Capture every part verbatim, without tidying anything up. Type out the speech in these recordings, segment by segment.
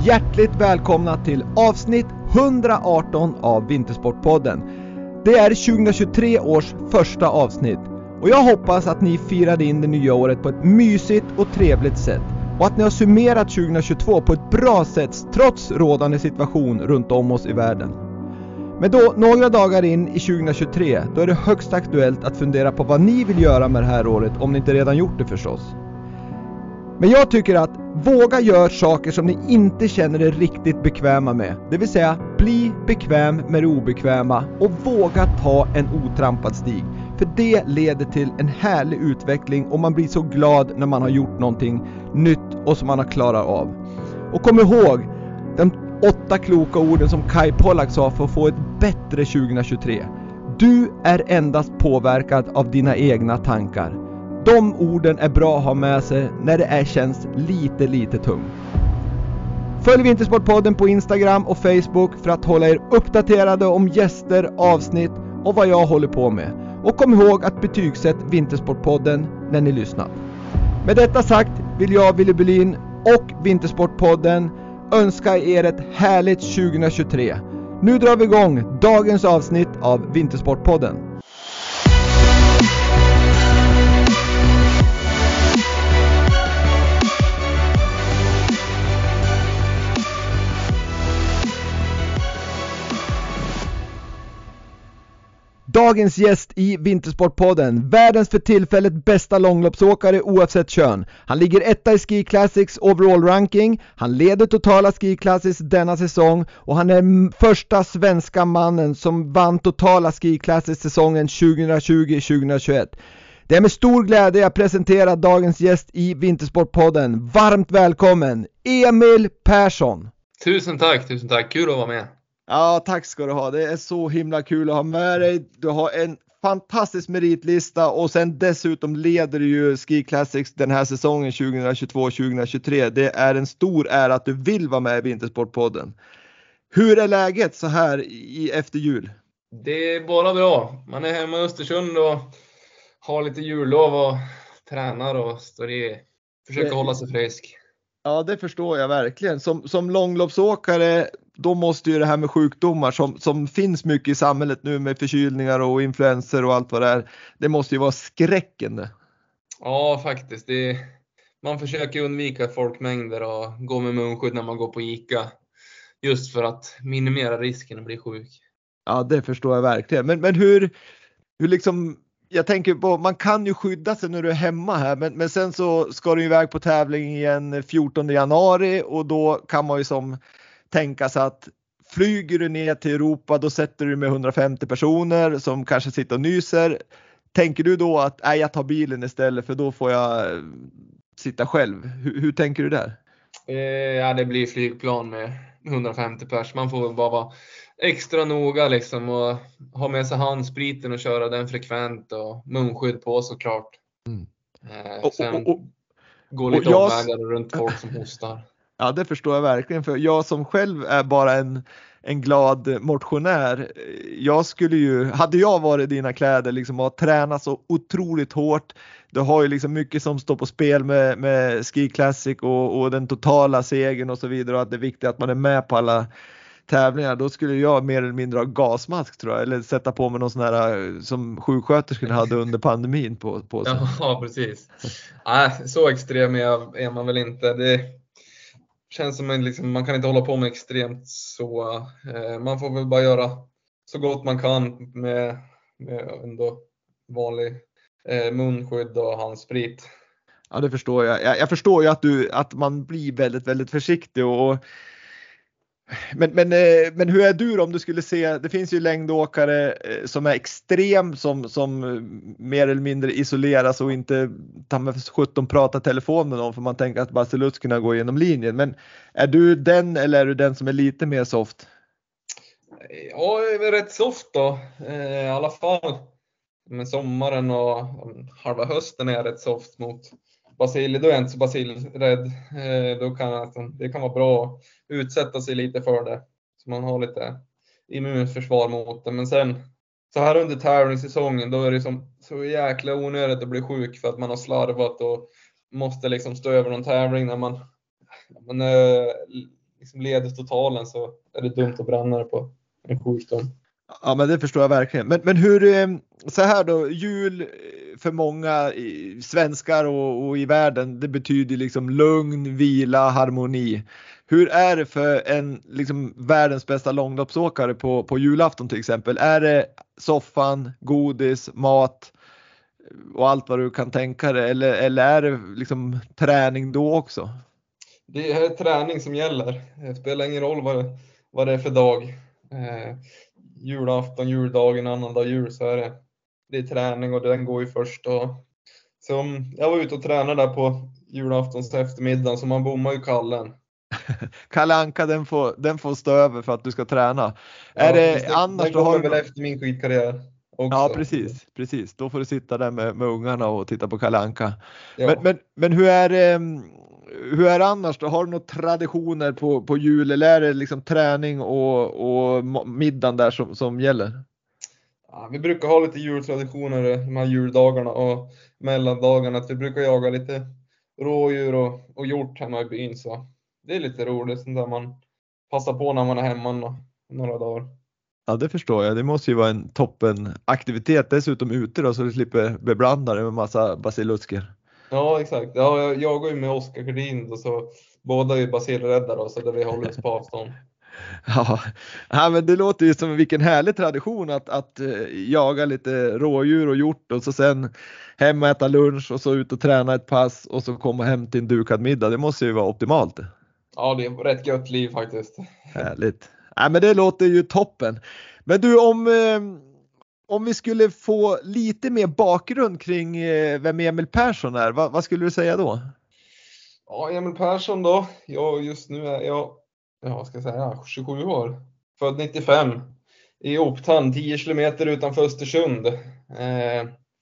hjärtligt välkomna till avsnitt hundraarton av Vintersportpodden. Det är tjugohundratjugotre års första avsnitt och jag hoppas att ni firade in det nya året på ett mysigt och trevligt sätt och att ni har summerat tjugohundratjugotvå på ett bra sätt trots rådande situation runt om oss i världen. Men då, några dagar in i tjugohundratjugotre, då är det högst aktuellt att fundera på vad ni vill göra med det här året, om ni inte redan gjort det förstås. Men jag tycker att våga göra saker som ni inte känner er riktigt bekväma med. Det vill säga, bli bekväm med det obekväma och våga ta en otrampad stig. För det leder till en härlig utveckling och man blir så glad när man har gjort någonting nytt och som man har klarat av. Och kom ihåg de åtta kloka orden som Kai Pollak sa för att få ett bättre tjugohundratjugotre. Du är endast påverkad av dina egna tankar. De orden är bra att ha med sig när det är känns lite lite tungt. Följ Vintersportpodden på Instagram och Facebook för att hålla er uppdaterade om gäster, avsnitt och vad jag håller på med. Och kom ihåg att betygsätt Vintersportpodden när ni lyssnar. Med detta sagt vill jag, Ville Bylin och Vintersportpodden önska er ett härligt tjugohundratjugotre. Nu drar vi igång dagens avsnitt av Vintersportpodden. Dagens gäst i Vintersportpodden, världens för tillfället bästa långloppsåkare oavsett kön. Han ligger etta i Ski Classics overall ranking, han leder totala Ski Classics denna säsong och han är första svenska mannen som vann totala Ski Classics säsongen tjugohundratjugo tjugohundratjugoett. Det är med stor glädje jag presenterar dagens gäst i Vintersportpodden. Varmt välkommen, Emil Persson! Tusen tack, tusen tack, kul att vara med. Ja, tack ska du ha. Det är så himla kul att ha med dig. Du har en fantastisk meritlista och sen dessutom leder du ju Ski Classics den här säsongen tjugohundratjugotvå tjugohundratjugotre. Det är en stor ära att du vill vara med i Vintersportpodden. Hur är läget så här i efter jul? Det är bara bra. Man är hemma i Östersund och har lite jullov och tränar och står i. Försöker det... hålla sig frisk. Ja, det förstår jag verkligen. Som, som långloppsåkare, då måste ju det här med sjukdomar som, som finns mycket i samhället nu med förkylningar och influenser och allt vad det är. Det måste ju vara skräckande. Ja, faktiskt. Det är, man försöker undvika folkmängder och gå med munskydd när man går på Ica. Just för att minimera risken att bli sjuk. Ja, det förstår jag verkligen. Men, men hur, hur liksom... Jag tänker på, man kan ju skydda sig när du är hemma här, men, men sen så ska du iväg på tävling igen fjortonde januari och då kan man ju som tänka sig att flyger du ner till Europa, då sätter du med hundrafemtio personer som kanske sitter och nyser. Tänker du då att nej, jag tar bilen istället för då får jag sitta själv? Hur, hur tänker du där? Eh, ja, det blir flygplan med hundrafemtio pers. Man får bara vara extra noga liksom och ha med sig handspriten och köra den frekvent och munskydd på såklart. Mm. Eh, sen och, och, och, gå lite jag, omvägar runt folk som hostar. Ja, det förstår jag verkligen, för jag som själv är bara en, en glad motionär. Jag skulle ju, hade jag varit i dina kläder liksom och tränat så otroligt hårt. Du har ju liksom mycket som står på spel med, med Ski Classic och, och den totala segern och så vidare och att det är viktigt att man är med på alla tävlingar. Då skulle jag mer eller mindre ha gasmask tror jag, eller sätta på mig någon sån här som sjuksköterskan hade under pandemin på, på sig. Ja, precis. Nej, så extrem är, är man väl inte. Det känns som att liksom, man kan inte hålla på med extremt så. Eh, man får väl bara göra så gott man kan med, med ändå vanlig eh, munskydd och handsprit. Ja, det förstår jag. Jag, jag förstår ju att, du, att man blir väldigt, väldigt försiktig och Men, men, men hur är du då om du skulle se, det finns ju längdåkare som är extrem, som, som mer eller mindre isoleras och inte tar med sjutton prata telefon med någon för man tänker att basiluskerna går igenom linjen. Men är du den eller är du den som är lite mer soft? Ja, jag är rätt soft då. I alla fall med sommaren och halva hösten är jag rätt soft mot Basili, då är jag inte så basilrädd. Då kan det kan vara bra att utsätta sig lite för det. Så man har lite immunförsvar mot det. Men sen så här under tävlingssäsongen då är det som, så jäkla onödigt att bli sjuk för att man har slarvat och måste liksom stå över någon tävling när man, man är liksom leder totalen så är det dumt att bränna det på en sjukdom. Ja, men det förstår jag verkligen. Men, men hur, så här då, jul för många svenskar och, och i världen, det betyder liksom lugn, vila, harmoni. Hur är det för en liksom världens bästa långloppsåkare på, på julafton till exempel? Är det soffan, godis, mat och allt vad du kan tänka dig? Eller, eller är det liksom träning då också? Det är träning som gäller. Det spelar ingen roll vad det, vad det är för dag. Eh, julafton, juldagen, annan dag jul så är det, det är träning och den går ju först. Och, så jag var ute och tränade där på julaftons eftermiddag så man bommar ju kallen. Kalle Anka, den får, den får stå över för att du ska träna. Ja, är det den, annars den då har kommer du... väl efter min skidkarriär också. Ja, precis, precis. Då får du sitta där med, med ungarna och titta på Kalle Anka. Ja. Men, men, men hur är det, hur är det annars då? Har du några traditioner på, på jul eller är det liksom träning och, och middagen där som, som gäller? Ja, vi brukar ha lite jultraditioner de här juldagarna och mellandagarna. Att vi brukar jaga lite rådjur och, och hjort hemma i byn. Så det är lite roligt sånt där man passar på när man är hemma några dagar. Ja, det förstår jag. Det måste ju vara en toppen aktivitet. Dessutom ute då så du slipper beblanda det med massa basilusker. Ja, exakt. Ja, jag jagar ju med Oskar Kardin och så båda är ju basilräddare så där vi håller oss på avstånd. Ja. Ja, men det låter ju som vilken härlig tradition att, att uh, jaga lite rådjur och hjort och så sen hem och äta lunch och så ut och träna ett pass och så komma hem till en dukad middag. Det måste ju vara optimalt. Ja, det är ett rätt gött liv faktiskt. Härligt. Ja, men det låter ju toppen. Men du, om, eh, om vi skulle få lite mer bakgrund kring eh, vem Emil Persson är, va, vad skulle du säga då? Ja, Emil Persson då. Jag just nu är jag, ja, ska jag säga, tjugosju år. Född nittiofem. I Optan, tio kilometer utanför Östersund. Eh,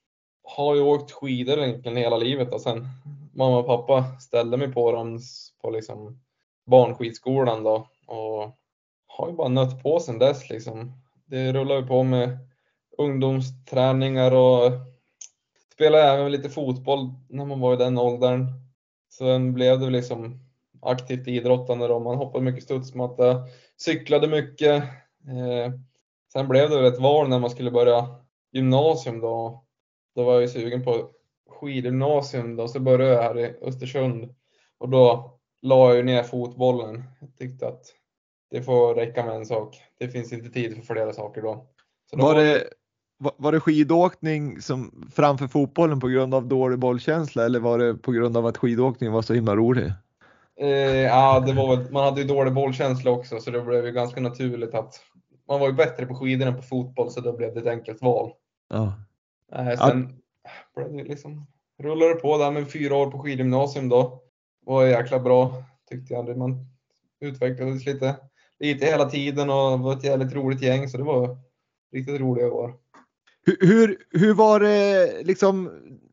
har ju åkt skidor egentligen hela livet. Och sen mamma och pappa ställde mig på dem på liksom barnskidskolan då. Och har ju bara nött på sen dess liksom. Det rullar ju på med ungdomsträningar och spelade även lite fotboll när man var i den åldern. Sen blev det liksom aktivt idrottande då. Man hoppade mycket studsmatta, cyklade mycket. Eh, sen blev det ett val när man skulle börja gymnasium då. Då var jag ju sugen på skidgymnasium då. Så började jag här i Östersund. Och då la jag ju ner fotbollen. Jag tyckte att det får räcka med en sak. Det finns inte tid för flera saker då. Så då var, var det, var, var det skidåkning som framför fotbollen på grund av dålig bollkänsla eller var det på grund av att skidåkning var så himla rolig? Eh, ja, det var väl, man hade ju dålig bollkänsla också så det blev ju ganska naturligt att man var ju bättre på skidor än på fotboll så då blev det ett enkelt val. Ja. Eh, sen ja. blev det liksom, rullade det på där med fyra år på skidgymnasium då. Var jäkla bra tyckte jag. Man utvecklades lite, lite hela tiden och var ett jävligt roligt gäng så det var riktigt roliga år. Hur, hur, hur var det liksom,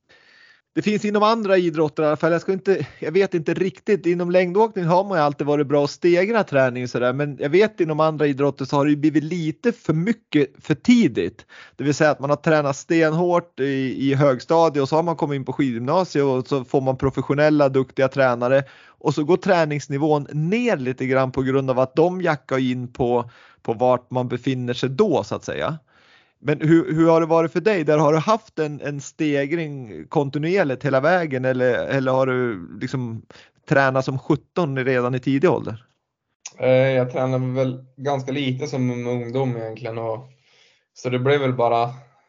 det finns inom andra idrotter i alla fall, jag, ska inte, jag vet inte riktigt, inom längdåkning har man ju alltid varit bra att stegra träning så där, men jag vet inom andra idrotter så har det ju blivit lite för mycket för tidigt. Det vill säga att man har tränat stenhårt i, i högstadiet och så har man kommit in på skidgymnasiet och så får man professionella, duktiga tränare och så går träningsnivån ner lite grann på grund av att de jackar in på, på vart man befinner sig då så att säga. Men hur, hur har det varit för dig? Där har du haft en, en stegring kontinuerligt hela vägen eller, eller har du liksom tränat som sjutton redan i tidig ålder? Jag tränade väl ganska lite som ungdom egentligen. Och, så det blev väl bara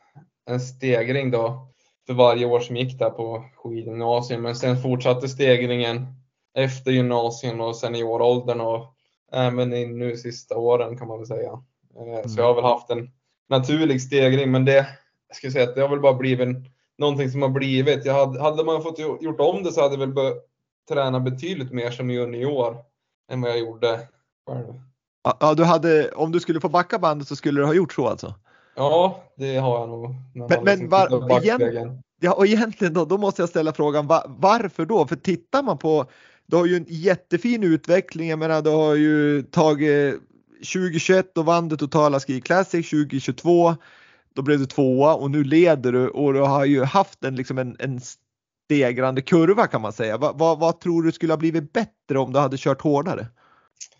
en stegring då för varje år som gick där på skidgymnasium. Men sen fortsatte stegringen efter gymnasium och senioråldern och även in nu sista åren kan man väl säga. Mm. Så jag har väl haft en naturlig stegring, men det, jag skulle säga att det har väl bara blivit någonting som har blivit. Jag hade, hade man fått gjort om det så hade jag väl börjat träna betydligt mer som junior än vad jag gjorde själv. Ja, du hade, om du skulle få backa bandet så skulle du ha gjort så alltså? Ja, det har jag nog. Men, men liksom var, igen, ja, och egentligen då, då måste jag ställa frågan, var, varför då? För tittar man på, du har ju en jättefin utveckling, jag menar du har ju tagit tjugohundratjugoett och vann du totala Ski Classic, tjugohundratjugotvå då blev du tvåa och nu leder du och du har ju haft en, liksom en, en stegrande kurva kan man säga. Va, va, vad tror du skulle ha blivit bättre om du hade kört hårdare?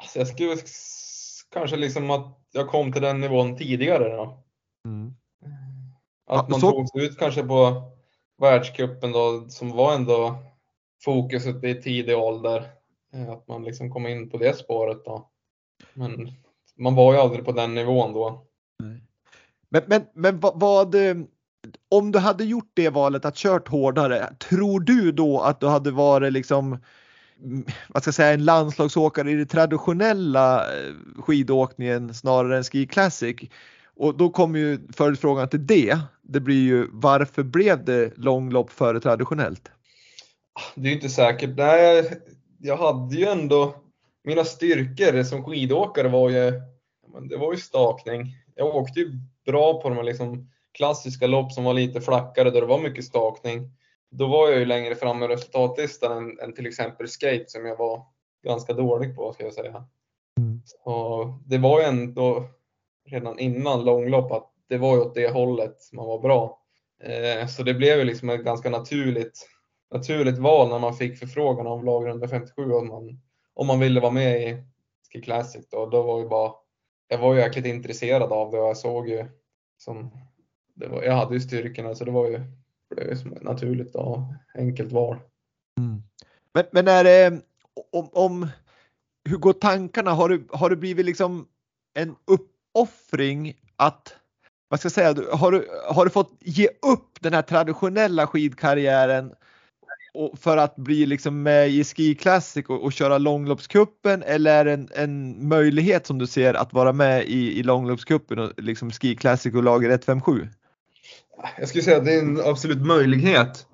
Alltså jag skulle kanske liksom att jag kom till den nivån tidigare då. Mm. Att man så... tog sig ut kanske på världscupen då, som var ändå fokuset i tidig ålder. Att man liksom kom in på det spåret då. Men man var ju aldrig på den nivån då. Men, men, men vad, vad, om du hade gjort det valet att kört hårdare, tror du då att du hade varit liksom, vad ska jag säga, en landslagsåkare i det traditionella skidåkningen snarare än Ski Classic? Och då kommer ju följdfrågan till det. Det blir ju, varför blev det långlopp före traditionellt? Det är ju inte säkert. Nej, jag hade ju ändå mina styrkor som skidåkare var ju, det var ju stakning. Jag åkte ju bra på de här liksom klassiska lopp som var lite flackare där det var mycket stakning. Då var jag ju längre fram i resultatlistan än, än till exempel skate som jag var ganska dålig på, ska jag säga. Mm. Så det var ju ändå redan innan långlopp att det var ju åt det hållet man var bra. Eh, så det blev ju liksom ett ganska naturligt, naturligt val när man fick förfrågan av lag under femtiosju om man, om man ville vara med i Ski Classic då. Då var ju bara, jag var ju jäkligt intresserad av det och jag såg ju som, det var, jag hade ju styrkorna så det var ju, det var ju som ett naturligt och enkelt val. Mm. Men, men är det, om, om, hur går tankarna? Har du, har du blivit liksom en uppoffring att, vad ska jag säga, har du, har du fått ge upp den här traditionella skidkarriären och för att bli liksom med i Ski Classic och, och köra långloppskuppen, eller är det en, en möjlighet som du ser att vara med i, i långloppskuppen och liksom Ski Classic och lager ett fem sju? Jag skulle säga att det är en absolut möjlighet.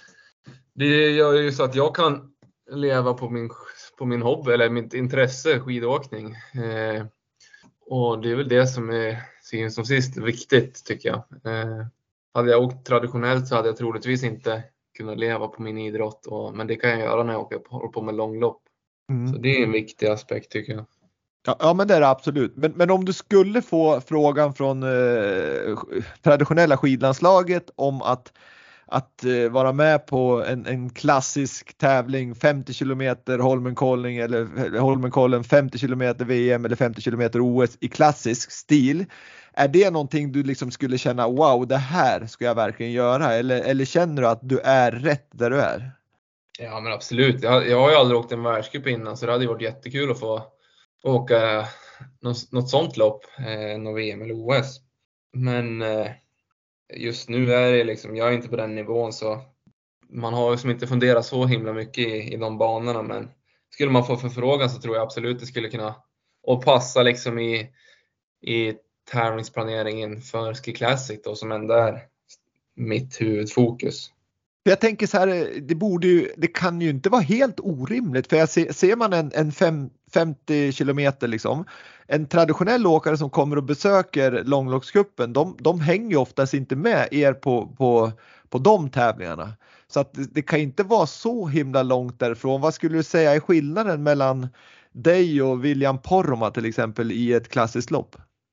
Det gör ju så att jag kan leva på min, på min hobby eller mitt intresse, skidåkning. Eh, och det är väl det som är sin som sist viktigt, tycker jag. Eh, hade jag åkt traditionellt så hade jag troligtvis inte kunnat leva på min idrott. Och, men det kan jag göra när jag åker på, på med långlopp. Mm. Så det är en viktig aspekt, tycker jag. Ja, ja men det är det absolut. Men, men om du skulle få frågan från eh, traditionella skidlandslaget om att, att eh, vara med på en, en klassisk tävling, femtio kilometer Holmenkollen eller Holmenkollen, femtio kilometer V M eller femtio kilometer O S i klassisk stil. Är det någonting du liksom skulle känna, wow, det här ska jag verkligen göra? Eller, eller känner du att du är rätt där du är? Ja, men absolut. Jag, jag har ju aldrig åkt en världscup innan, så det hade varit jättekul att få åka något, något sånt lopp, eh, något V M eller O S. Men eh, just nu är det liksom, jag är inte på den nivån, så man har liksom inte funderat så himla mycket i, i de banorna. Men skulle man få förfrågan så tror jag absolut det skulle kunna och passa liksom i, i tävlingsplaneringen för Ski Classic då, som ändå är mitt huvudfokus. Jag tänker så här, det borde ju, det kan ju inte vara helt orimligt, för jag ser, ser man en, en fem, femtio kilometer liksom, en traditionell åkare som kommer och besöker långloppscupen, de, de hänger ju oftast inte med er på, på, på de tävlingarna. Så att det, det kan inte vara så himla långt därifrån. Vad skulle du säga är skillnaden mellan dig och William Poromaa till exempel i ett klassiskt lopp?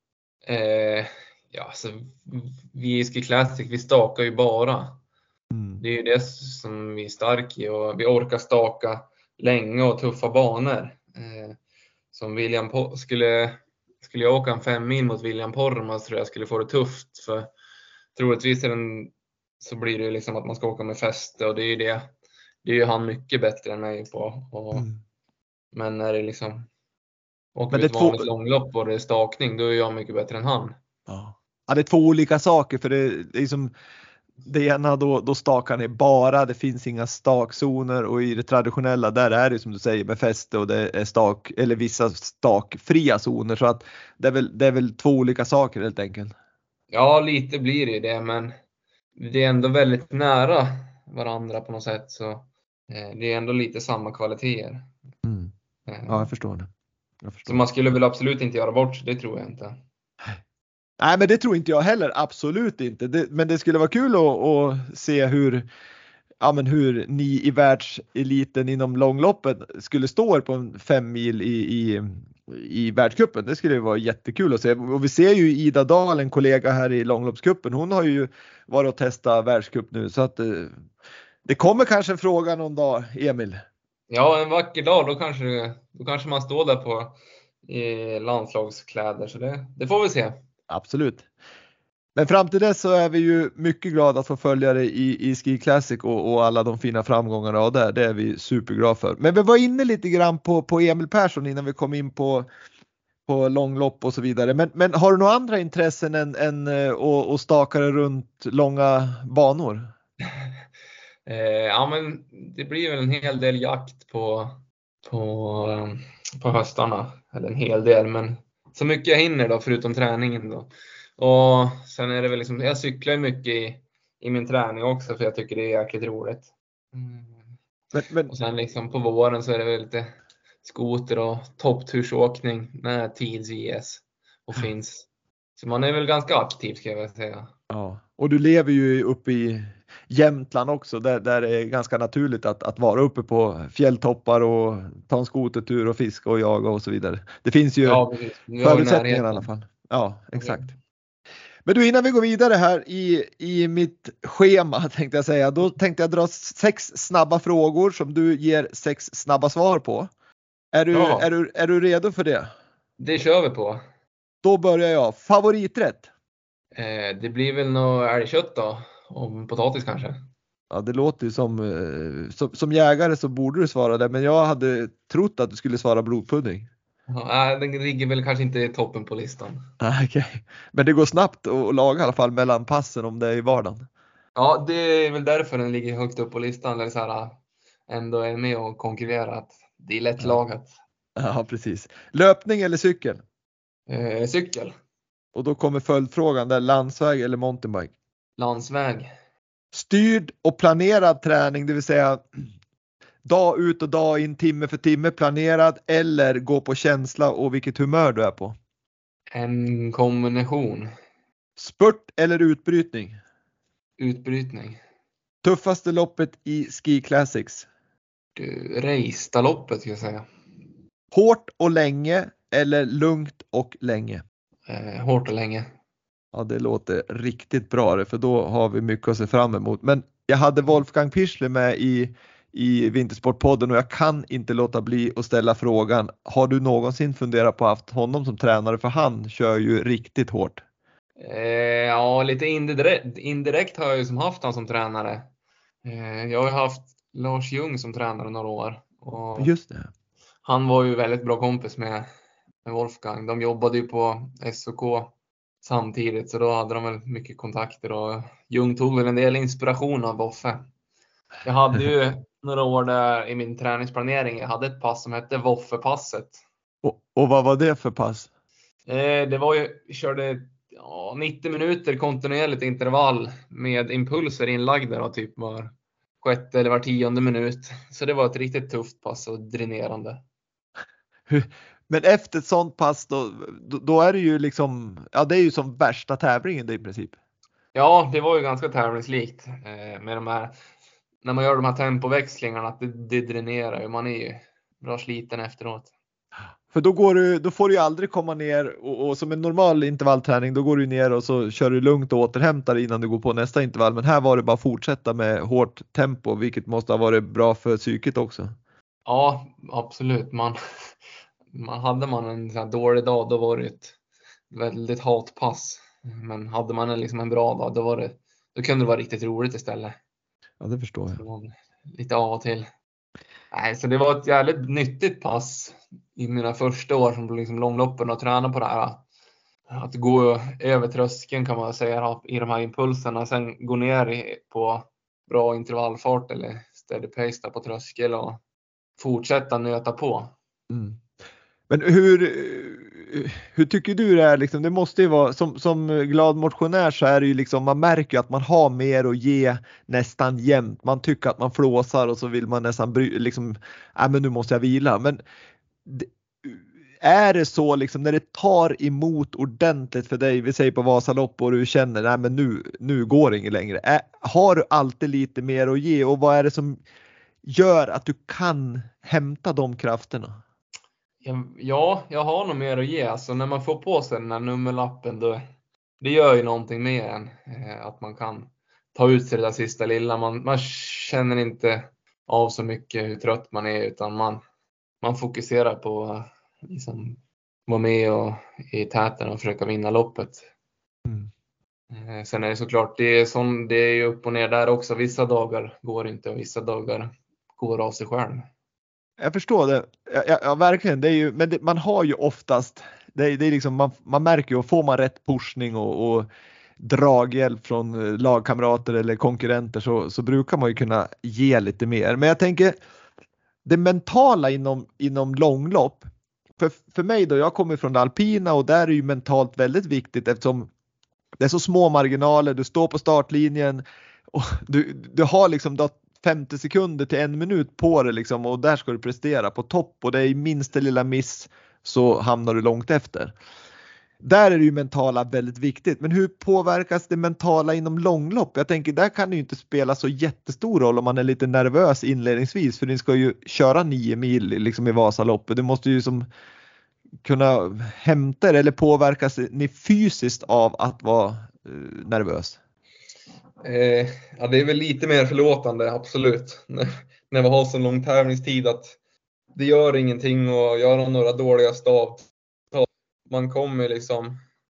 Eh, ja, alltså, vi i Ski Classic, vi stakar ju bara. Mm. Det är ju det som vi är starka i, och vi orkar staka länge och tuffa banor. Eh, som William po- skulle, skulle jag åka en fem mil mot William Poromaa så tror jag skulle få det tufft. För troligtvis är den, så blir det liksom att man ska åka med fäste, och det är ju det. Det är ju han mycket bättre än mig på. Och, mm. Men när det liksom åker vi ett vanligt två... långlopp och det är stakning, då är jag mycket bättre än han. Ja, ja det är två olika saker, för det, det är som det ena då, då stakar ni bara, det finns inga stakzoner, och i det traditionella där är det som du säger med fäste och det är stak eller vissa stakfria zoner, så att det är väl, det är väl två olika saker helt enkelt. Ja, lite blir det det, men det är ändå väldigt nära varandra på något sätt, så eh, det är ändå lite samma kvaliteter. Mm. Ja, jag förstår det. Jag förstår. Så man skulle väl absolut inte göra bort, det tror jag inte. Nej, men det tror inte jag heller, absolut inte. Det, men det skulle vara kul att, att se hur, ja, men hur ni i världseliten inom långloppet skulle stå på en fem mil i, i, i världscupen. Det skulle vara jättekul att se. Och vi ser ju Ida Dahl, en kollega här i långloppscupen. Hon har ju varit och testat världscup nu. Så att det, det kommer kanske en fråga någon dag, Emil. Ja, en vacker dag, då kanske, då kanske man står där på i landslagskläder. Så det, det får vi se. Absolut. Men fram till dess så är vi ju mycket glada att få följa dig i, i Ski Classic och, och alla de fina framgångarna och där. Det är vi superglada för. Men vi var inne lite grann på, på Emil Persson innan vi kom in på, på långlopp och så vidare. Men, men har du några andra intressen än, än eh, att, att staka dig runt långa banor? Eh, ja, men det blir väl en hel del jakt på, på, eh, på höstarna. Eller en hel del, men så mycket jag hinner då, förutom träningen då. Och sen är det väl liksom, jag cyklar mycket i, i min träning också, för jag tycker det är jäkligt roligt. Mm. Men, men, Och sen liksom på våren så är det väl lite skoter och topptursåkning när tids ges och finns. Så man är väl ganska aktiv, ska jag väl säga. ja. Och du lever ju uppe i Jämtland också, där, där det är ganska naturligt att, att vara uppe på fjälltoppar och ta en skotertur och fiska och jaga och så vidare. Det finns ju Ja, precis. Vi har ju förutsättningar i närheten. alla fall. Ja, exakt. Okej. Men du, innan vi går vidare här i, i mitt schema tänkte jag säga, då tänkte jag dra sex snabba frågor som du ger sex snabba svar på. Är du, Ja. är du, är du redo för det? Det kör vi på. Då börjar jag. Favoriträtt? Eh, det blir väl något älgkött då. Och potatis kanske. Ja, det låter ju som, eh, som, som jägare så borde du svara det, men jag hade trott att du skulle svara blodpudding. Ja, äh, den ligger väl kanske inte i toppen på listan. Ah, okej. Men det går snabbt att laga i alla fall mellan passen om det är i vardagen. Ja, det är väl därför den ligger högt upp på listan. Eller så här, ändå är med och konkurrerar. Att det är lätt Ja. lagat. Ja, precis. Löpning eller cykel? Eh, cykel. Och då kommer följdfrågan där, landsväg eller mountainbike? Landsväg. Styrd och planerad träning, det vill säga dag ut och dag in, timme för timme planerad, eller gå på känsla och vilket humör du är på? En kombination. Spurt eller utbrytning? Utbrytning. Tuffaste loppet i Ski Classics? Du, Reistaloppet ska jag säga. Hårt och länge eller lugnt och länge? Eh, hårt och länge. Ja, det låter riktigt bra, för då har vi mycket att se fram emot. Men jag hade Wolfgang Pichler med i, i Vintersportpodden och jag kan inte låta bli att ställa frågan. Har du någonsin funderat på att haft honom som tränare? För han kör ju riktigt hårt. Eh, ja, lite indirekt, indirekt har jag ju som haft han som tränare. Eh, jag har ju haft Lars Ljung som tränare några år. Och Just det. han var ju väldigt bra kompis med, med Wolfgang. De jobbade ju på S O K samtidigt, så då hade de väl mycket kontakter. Och Ljung tog väl en del inspiration av Woffe. Jag hade ju några år där i min träningsplanering. Jag hade ett pass som hette Woffe-passet. Och, och vad var det för pass? Eh, det var ju, vi körde ja, nittio minuter kontinuerligt intervall med impulser inlagda då, typ var sjätte eller var tionde minut. Så det var ett riktigt tufft pass och dränerande. Men efter ett sånt pass då, då, då är det ju liksom, ja det är ju som värsta tävlingen det i princip. Ja, det var ju ganska tävlingslikt eh, med de här, när man gör de här tempoväxlingarna, att det, det dränerar ju. Man är ju bra sliten efteråt. För då, går du, då får du ju aldrig komma ner och, och som en normal intervallträning då går du ner och så kör du lugnt och återhämtar innan du går på nästa intervall. Men här var det bara fortsätta med hårt tempo, vilket måste ha varit bra för psyket också. Ja, absolut. Man, man, hade man en så här dålig dag, då var det ett väldigt hatpass. Men hade man en, liksom en bra dag, då, var det, då kunde det vara riktigt roligt istället. Ja, det förstår jag. Det var lite av och till. Nej, så det var ett jävligt nyttigt pass i mina första år som liksom långloppen och träna på det här. Att gå över tröskeln kan man säga i de här impulserna. Sen gå ner på bra intervallfart eller steady pace där på tröskel och fortsätta nöta på. Mm. Men hur, hur tycker du det är liksom? Det måste ju vara som, som glad motionär så är det ju liksom, man märker att man har mer att ge nästan jämt. Man tycker att man flåsar och så vill man nästan bry, liksom, nej men nu måste jag vila. Men det, är det så liksom när det tar emot ordentligt för dig, vi säger på Vasalopp och du känner nej men nu, nu går det inget längre. Är, har du alltid lite mer att ge och vad är det som gör att du kan hämta de krafterna? Ja, jag har nog mer att ge. Alltså när man får på sig den här nummerlappen, då, det gör ju någonting med en. Eh, att man kan ta ut sig det där sista lilla. Man, man känner inte av så mycket hur trött man är, utan man, man fokuserar på liksom vara med och i täten och försöka vinna loppet. Mm. Sen är det såklart, det är, sån, det är ju upp och ner där också. Vissa dagar går inte och vissa dagar går av sig själv. Jag förstår det. Ja, ja verkligen. Det är ju, men det, man har ju oftast, det är, det är liksom, man, man märker ju, får man rätt pushning och, och draghjälp från lagkamrater eller konkurrenter så, så brukar man ju kunna ge lite mer. Men jag tänker, det mentala inom, inom långlopp, för, för mig då, jag kommer från det alpina och där är ju mentalt väldigt viktigt eftersom det är så små marginaler, du står på startlinjen och du, du har liksom då femtio sekunder till en minut på det liksom, och där ska du prestera på topp och det är i minsta lilla miss så hamnar du långt efter. Där är det ju mentala väldigt viktigt, men hur påverkas det mentala inom långlopp? Jag tänker, där kan det ju inte spela så jättestor roll om man är lite nervös inledningsvis, för ni ska ju köra nio mil liksom i Vasaloppet. Du måste ju som kunna hämta er, eller påverkas ni fysiskt av att vara uh, nervös? Eh, ja, det är väl lite mer förlåtande, absolut. När, när vi har så lång tävlingstid att det gör ingenting att göra några dåliga stav. Man kommer liksom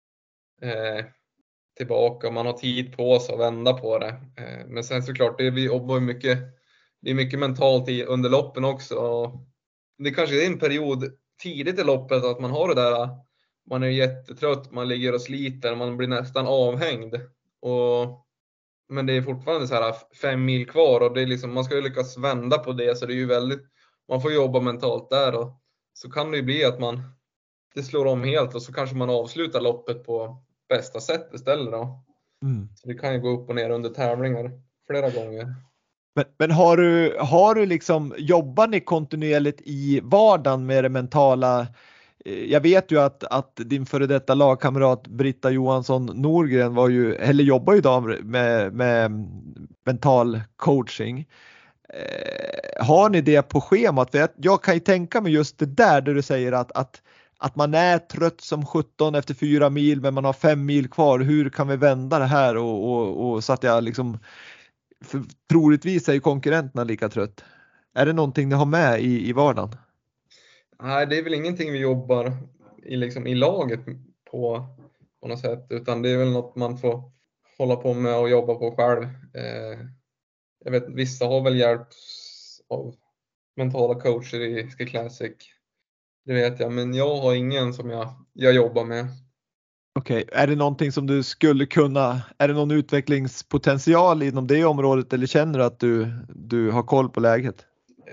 eh, tillbaka, man har tid på sig att vända på det. Eh, men sen såklart, det, vi jobbar mycket, det är mycket mentalt i, under loppen också. Och det kanske är en period tidigt i loppet att man har det där, man är jättetrött, man ligger och sliter, man blir nästan avhängd. Och, men det är fortfarande så här fem mil kvar och det är liksom, man ska ju lyckas vända på det, så det är ju väldigt, man får jobba mentalt där, och så kan det ju bli att man det slår om helt och så kanske man avslutar loppet på bästa sätt istället då. Mm. Så det kan ju gå upp och ner under tävlingar flera gånger. Men, men har du, har du liksom, jobbar ni kontinuerligt i vardagen med det mentala? Jag vet ju att, att din före detta lagkamrat Britta Johansson Norgren var ju, eller jobbar ju idag med, med mental coaching. Eh, har ni det på schemat? För jag, jag kan ju tänka mig just det där, där du säger att, att, att man är trött som sjutton efter fyra mil men man har fem mil kvar. Hur kan vi vända det här? Och, och, och så att jag liksom, för troligtvis är ju konkurrenterna lika trött. Är det någonting ni har med i, i vardagen? Nej, det är väl ingenting vi jobbar i, liksom, i laget på, på något sätt. Utan det är väl något man får hålla på med och jobba på själv. Eh, jag vet, vissa har väl hjälp av mentala coacher i Ski Classic. Det vet jag, men jag har ingen som jag, jag jobbar med. Okej, okay. Är det någonting som du skulle kunna, är det någon utvecklingspotential inom det området, eller känner du att du, du har koll på läget?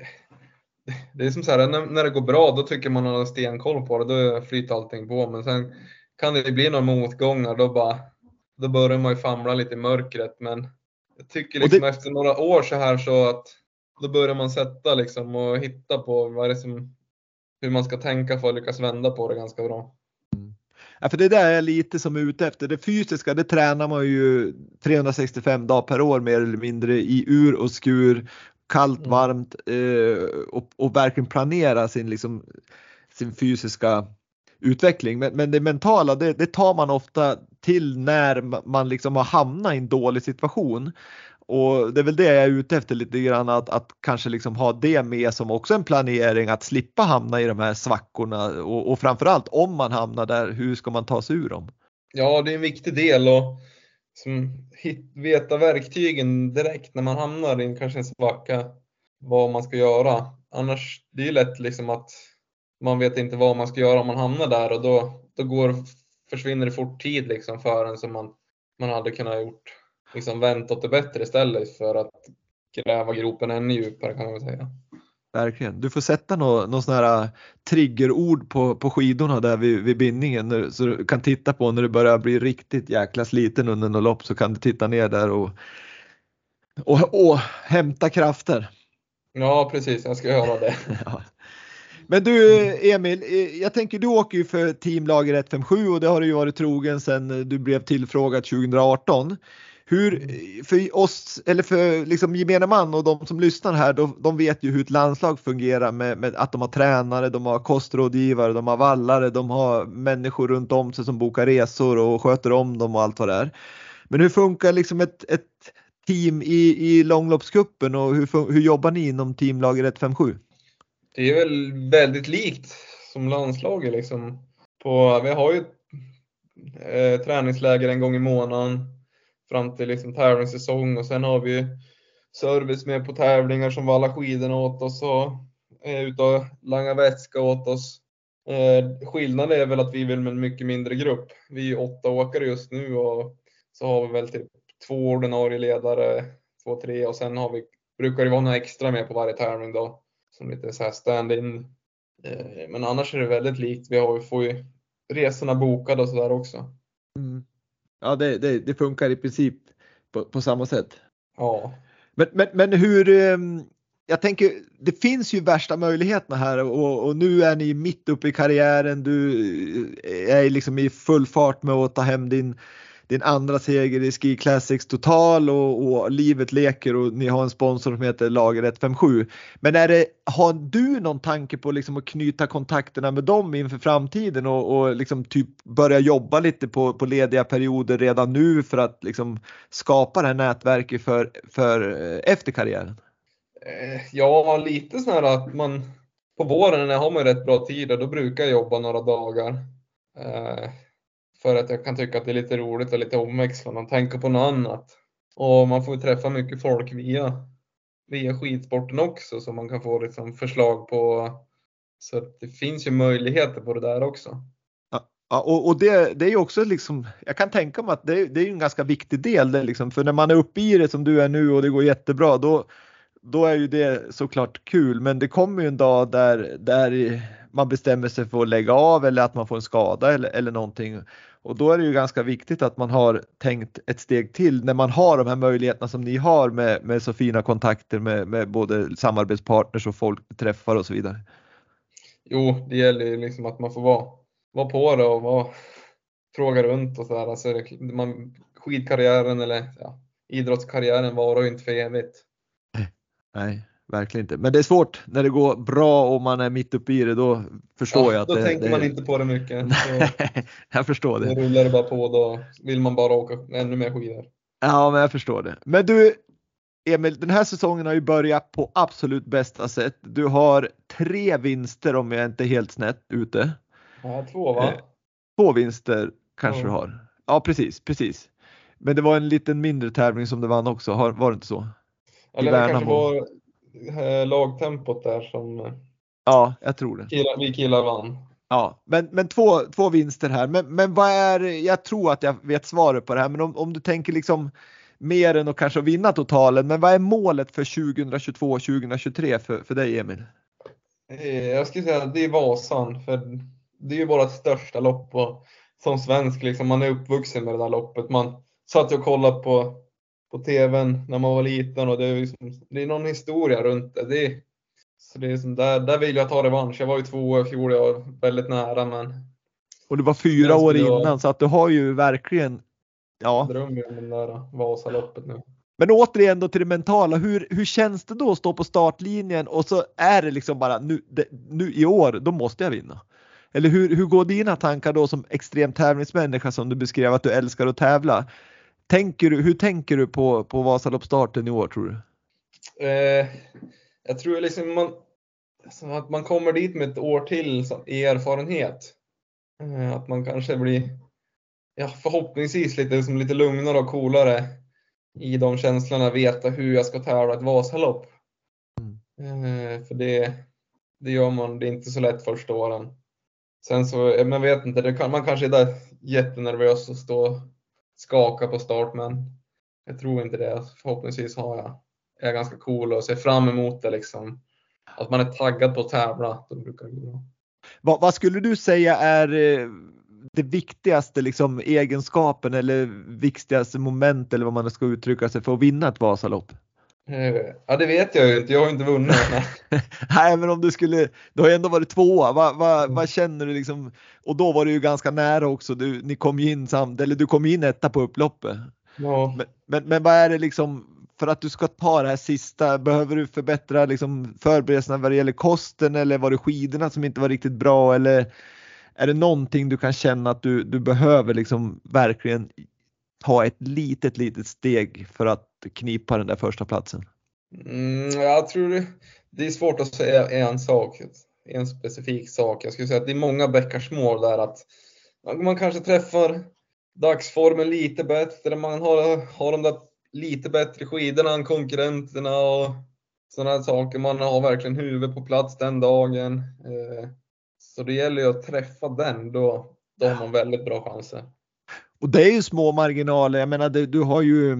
Det är som så här, när, när det går bra då tycker man har stenkoll på det, då flyter allting på. Men sen kan det bli några motgångar, då, bara, då börjar man ju famla lite i mörkret. Men jag tycker liksom det... efter några år så här så att då börjar man sätta liksom och hitta på vad det som, hur man ska tänka för att lyckas vända på det ganska bra. Ja, för det där är lite som ute efter. Det fysiska, det tränar man ju trehundrasextiofem dagar per år mer eller mindre i ur och skur, kallt, mm. varmt eh, och, och verkligen planera sin, liksom, sin fysiska utveckling. Men, men det mentala, det, det tar man ofta till när man liksom har hamnat i en dålig situation. Och det är väl det jag är ute efter lite grann, att, att kanske liksom ha det med som också en planering, att slippa hamna i de här svackorna, och, och framförallt om man hamnar där, hur ska man ta sig ur dem? Ja, det är en viktig del, och som hit, veta verktygen direkt när man hamnar i en, kanske en svacka, vad man ska göra. Annars det är lätt liksom att man vet inte vad man ska göra om man hamnar där, och då, då går, försvinner det fort tid liksom för en som man, man hade kunnat gjort. Liksom vänta åt det bättre istället för att gräva gropen ännu djupare, kan man säga. Verkligen. Du får sätta någon nå sån här triggerord på, på skidorna där vid, vid bindningen, när, så du kan titta på när du börjar bli riktigt jäkla sliten under något lopp, så kan du titta ner där och, och, och hämta krafter. Ja, precis. Jag ska göra det. Ja. Men du Emil, jag tänker du åker ju för teamlager ett fem sju och det har du ju varit trogen sedan du blev tillfrågad tjugoarton. Hur, för oss, eller för liksom gemene man och de som lyssnar här, de, de vet ju hur ett landslag fungerar med, med att de har tränare, de har kostrådgivare, de har vallare, de har människor runt om sig som bokar resor och sköter om dem och allt vad det är. Men hur funkar liksom ett, ett team i, i långloppscupen och hur, hur jobbar ni inom teamlager ett fem sju? Det är väl väldigt likt som landslaget liksom. På, vi har ju eh, träningsläger en gång i månaden fram till liksom tävlingssäsong, och sen har vi service med på tävlingar som vallar skidorna åt oss och är ute och langar vätska åt oss. Eh, skillnaden är väl att vi vill med en mycket mindre grupp. Vi är åtta åkare just nu, och så har vi väl typ två ordinarie ledare, två, tre, och sen har vi, brukar det vara några extra med på varje tävling då, som lite så här stand-in. Eh, men annars är det väldigt likt. Vi har, vi får ju resorna bokade och sådär också. Mm. Ja, det, det, det funkar i princip på, på samma sätt. Ja. Men, men, men hur, jag tänker, det finns ju värsta möjligheterna här, och, och nu är ni mitt uppe i karriären, du är liksom i full fart med att ta hem din, din andra seger i Ski Classics total, och, och livet leker, och ni har en sponsor som heter Lager ett fem sju. Men är det, har du någon tanke på liksom att knyta kontakterna med dem inför framtiden, och, och liksom typ börja jobba lite på, på lediga perioder redan nu för att liksom skapa det här nätverket för, för efter karriären? Ja, lite så här att man på våren när har man rätt bra tid, och då brukar jag jobba några dagar. För att jag kan tycka att det är lite roligt och lite omväxlande och tänka på något annat. Och man får träffa mycket folk via, via skidsporten också, så man kan få liksom förslag på. Så att det finns ju möjligheter på det där också. Ja, och, och det, det är ju också liksom, jag kan tänka mig att det, det är en ganska viktig del det liksom, för när man är uppe i det som du är nu och det går jättebra, då, då är ju det såklart kul, men det kommer ju en dag där, där man bestämmer sig för att lägga av, eller att man får en skada eller, eller någonting, och då är det ju ganska viktigt att man har tänkt ett steg till när man har de här möjligheterna som ni har med, med så fina kontakter med, med både samarbetspartners och folk träffar och så vidare. Jo, det gäller ju liksom att man får vara, vara på det och vara, fråga runt och sådär. Alltså, man, skidkarriären eller ja, idrottskarriären varar ju inte för evigt. Nej, verkligen inte. Men det är svårt när det går bra och man är mitt uppe i det, då förstår ja, jag att då det, tänker det... man inte på det mycket. Så, jag förstår det. Då rullar det bara på, då vill man bara åka ännu mer skidor. Ja, men jag förstår det. Men du, Emil, den här säsongen har ju börjat på absolut bästa sätt. Du har tre vinster om jag inte är helt snett ute. Ja, två va? Eh, två vinster kanske ja. du har. Ja, precis, precis. Men det var en liten mindre tävling som det vann också, har, var det inte så? Eller det kanske var eh, lagtempot där som ja, jag tror det. Killar, vi killar vann. Ja, men, men två, två vinster här. Men, men vad är, jag tror att jag vet svaret på det här, men om, om du tänker liksom mer än att kanske vinna totalen, men vad är målet för tjugohundratjugotvå och tjugohundratjugotre för, för dig, Emil? Jag skulle säga att det är Vasan, för det är ju vårt största lopp, och som svensk liksom, man är uppvuxen med det där loppet. Man satt och kollade på, på tvn när man var liten, och det är, liksom, det är någon historia runt det. det är, så det är som där, där vill jag ta revansch. Jag var ju två år i fjol, jag var väldigt nära, men... Och det var fyra år innan, jag, så att du har ju verkligen... Ja. Drömmer om den där Vasaloppet nu. Men återigen då till det mentala, hur, hur känns det då att stå på startlinjen och så är det liksom bara nu, det, nu i år, då måste jag vinna? Eller hur, hur går dina tankar då som extrem tävlingsmänniska som du beskrev att du älskar att tävla? Tänker du, hur tänker du på, på Vasaloppsstarten i år, tror du? Eh, jag tror liksom man, alltså att man kommer dit med ett år till som erfarenhet. Eh, att man kanske blir, ja, förhoppningsvis lite, som lite lugnare och coolare i de känslorna, veta hur jag ska tävla ett Vasalopp. Mm. Eh, för det, det gör man, det är inte så lätt första åren. Sen så, man vet inte, det kan, man kanske är där jättenervös och stå och skaka på start, men jag tror inte det. Förhoppningsvis har jag, jag är ganska cool och ser fram emot det liksom. Att man är taggad på att tävla, då brukar det gå bra. Vad, vad skulle du säga är det viktigaste liksom, egenskapen eller viktigaste moment, eller vad man ska uttrycka sig, för att vinna ett Vasalopp? Ja, det vet jag ju inte. Jag har ju inte vunnit. Nej, men om du skulle, du har ju ändå varit tvåa. Vad, vad, vad känner du liksom? Och då var det ju ganska nära också. Du, ni kom in samt, eller du kom in etta på upploppet. Ja. Men, men, men vad är det liksom, för att du ska ta det här sista, behöver du förbättra liksom förberedelserna vad det gäller kosten, eller var det skidorna som inte var riktigt bra, eller är det någonting du kan känna att du, du behöver liksom verkligen ta ett litet, litet steg för att knipa den där första platsen? Mm, jag tror det, det är svårt att säga en sak, en specifik sak. Jag skulle säga att det är många bäckar små där, att man, man kanske träffar dagsformen lite bättre, man har, har de där lite bättre skidorna än konkurrenterna och sådana här saker. Man har verkligen huvudet på plats den dagen. Eh, så det gäller ju att träffa den, då, då har man väldigt bra chanser. Och det är ju små marginaler. Jag menar, det, du har ju...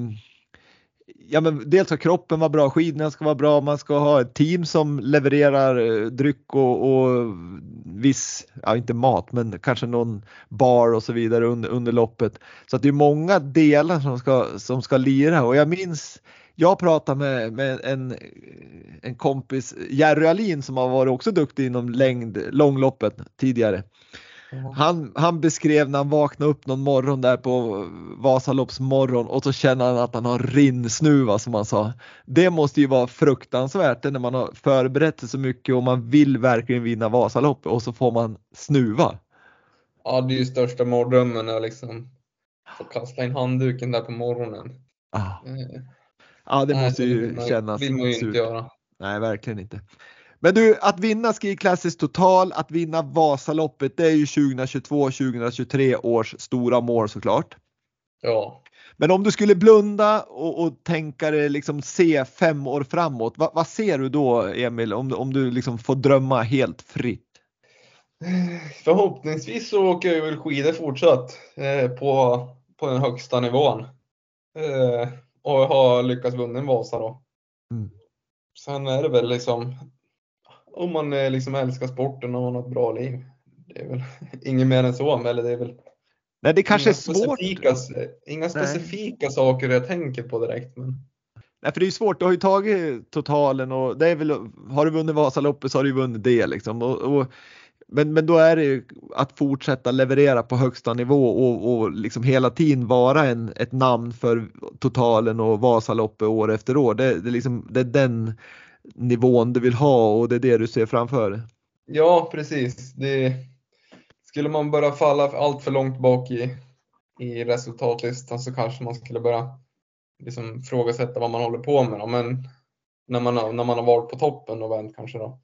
Ja, men dels ska kroppen vara bra, skidorna ska vara bra, man ska ha ett team som levererar eh, dryck och, och viss, ja inte mat, men kanske någon bar och så vidare under, under loppet. Så att det är många delar som ska, som ska lira, och jag minns, jag pratade med, med en, en kompis, Jerry Alin, som har varit också duktig inom längd, långloppet tidigare. Han, han beskrev när han vaknade upp någon morgon där på Vasaloppsmorgon och så känner han att han har rinnsnuva, som han sa. Det måste ju vara fruktansvärt när man har förberett sig så mycket och man vill verkligen vinna Vasaloppet och så får man snuva. Ja, det är ju största mardrömmen att liksom få kasta in handduken där på morgonen. Ah. Eh, Ja, det nej, måste ju vill man, kännas vill man ju surt. inte göra. Nej, verkligen inte. Men du, att vinna Ski Classics Total, att vinna Vasaloppet, det är ju tjugohundratjugotvå tjugohundratjugotre års stora mål såklart. Ja. Men om du skulle blunda och, och tänka dig liksom se fem år framåt, vad, vad ser du då, Emil, om, om du liksom får drömma helt fritt? Förhoppningsvis så åker jag väl skidor fortsatt eh, på, på den högsta nivån. Eh, och har lyckats vinna en Vasa då. Mm. Sen är det väl liksom, om man eh, liksom älskar sporten och man har ett bra liv. Det är väl inget mer än så, eller det är väl Nej, det kanske inga är svårt. Specifika, inga specifika Nej. saker jag tänker på direkt. Men... Nej, för det är svårt. Du har ju tagit totalen och det är väl, har du vunnit Vasaloppet så har du ju vunnit det liksom. Och, och, men, men då är det ju att fortsätta leverera på högsta nivå och, och liksom hela tiden vara en, ett namn för totalen och Vasaloppet år efter år. Det, det, liksom, det är den nivån du vill ha och det är det du ser framför dig. Ja, precis. Det, skulle man börja falla allt för långt bak i, i resultatlistan så kanske man skulle börja liksom frågasätta vad man håller på med då. Men när man, har, när man har varit på toppen och vänt kanske då.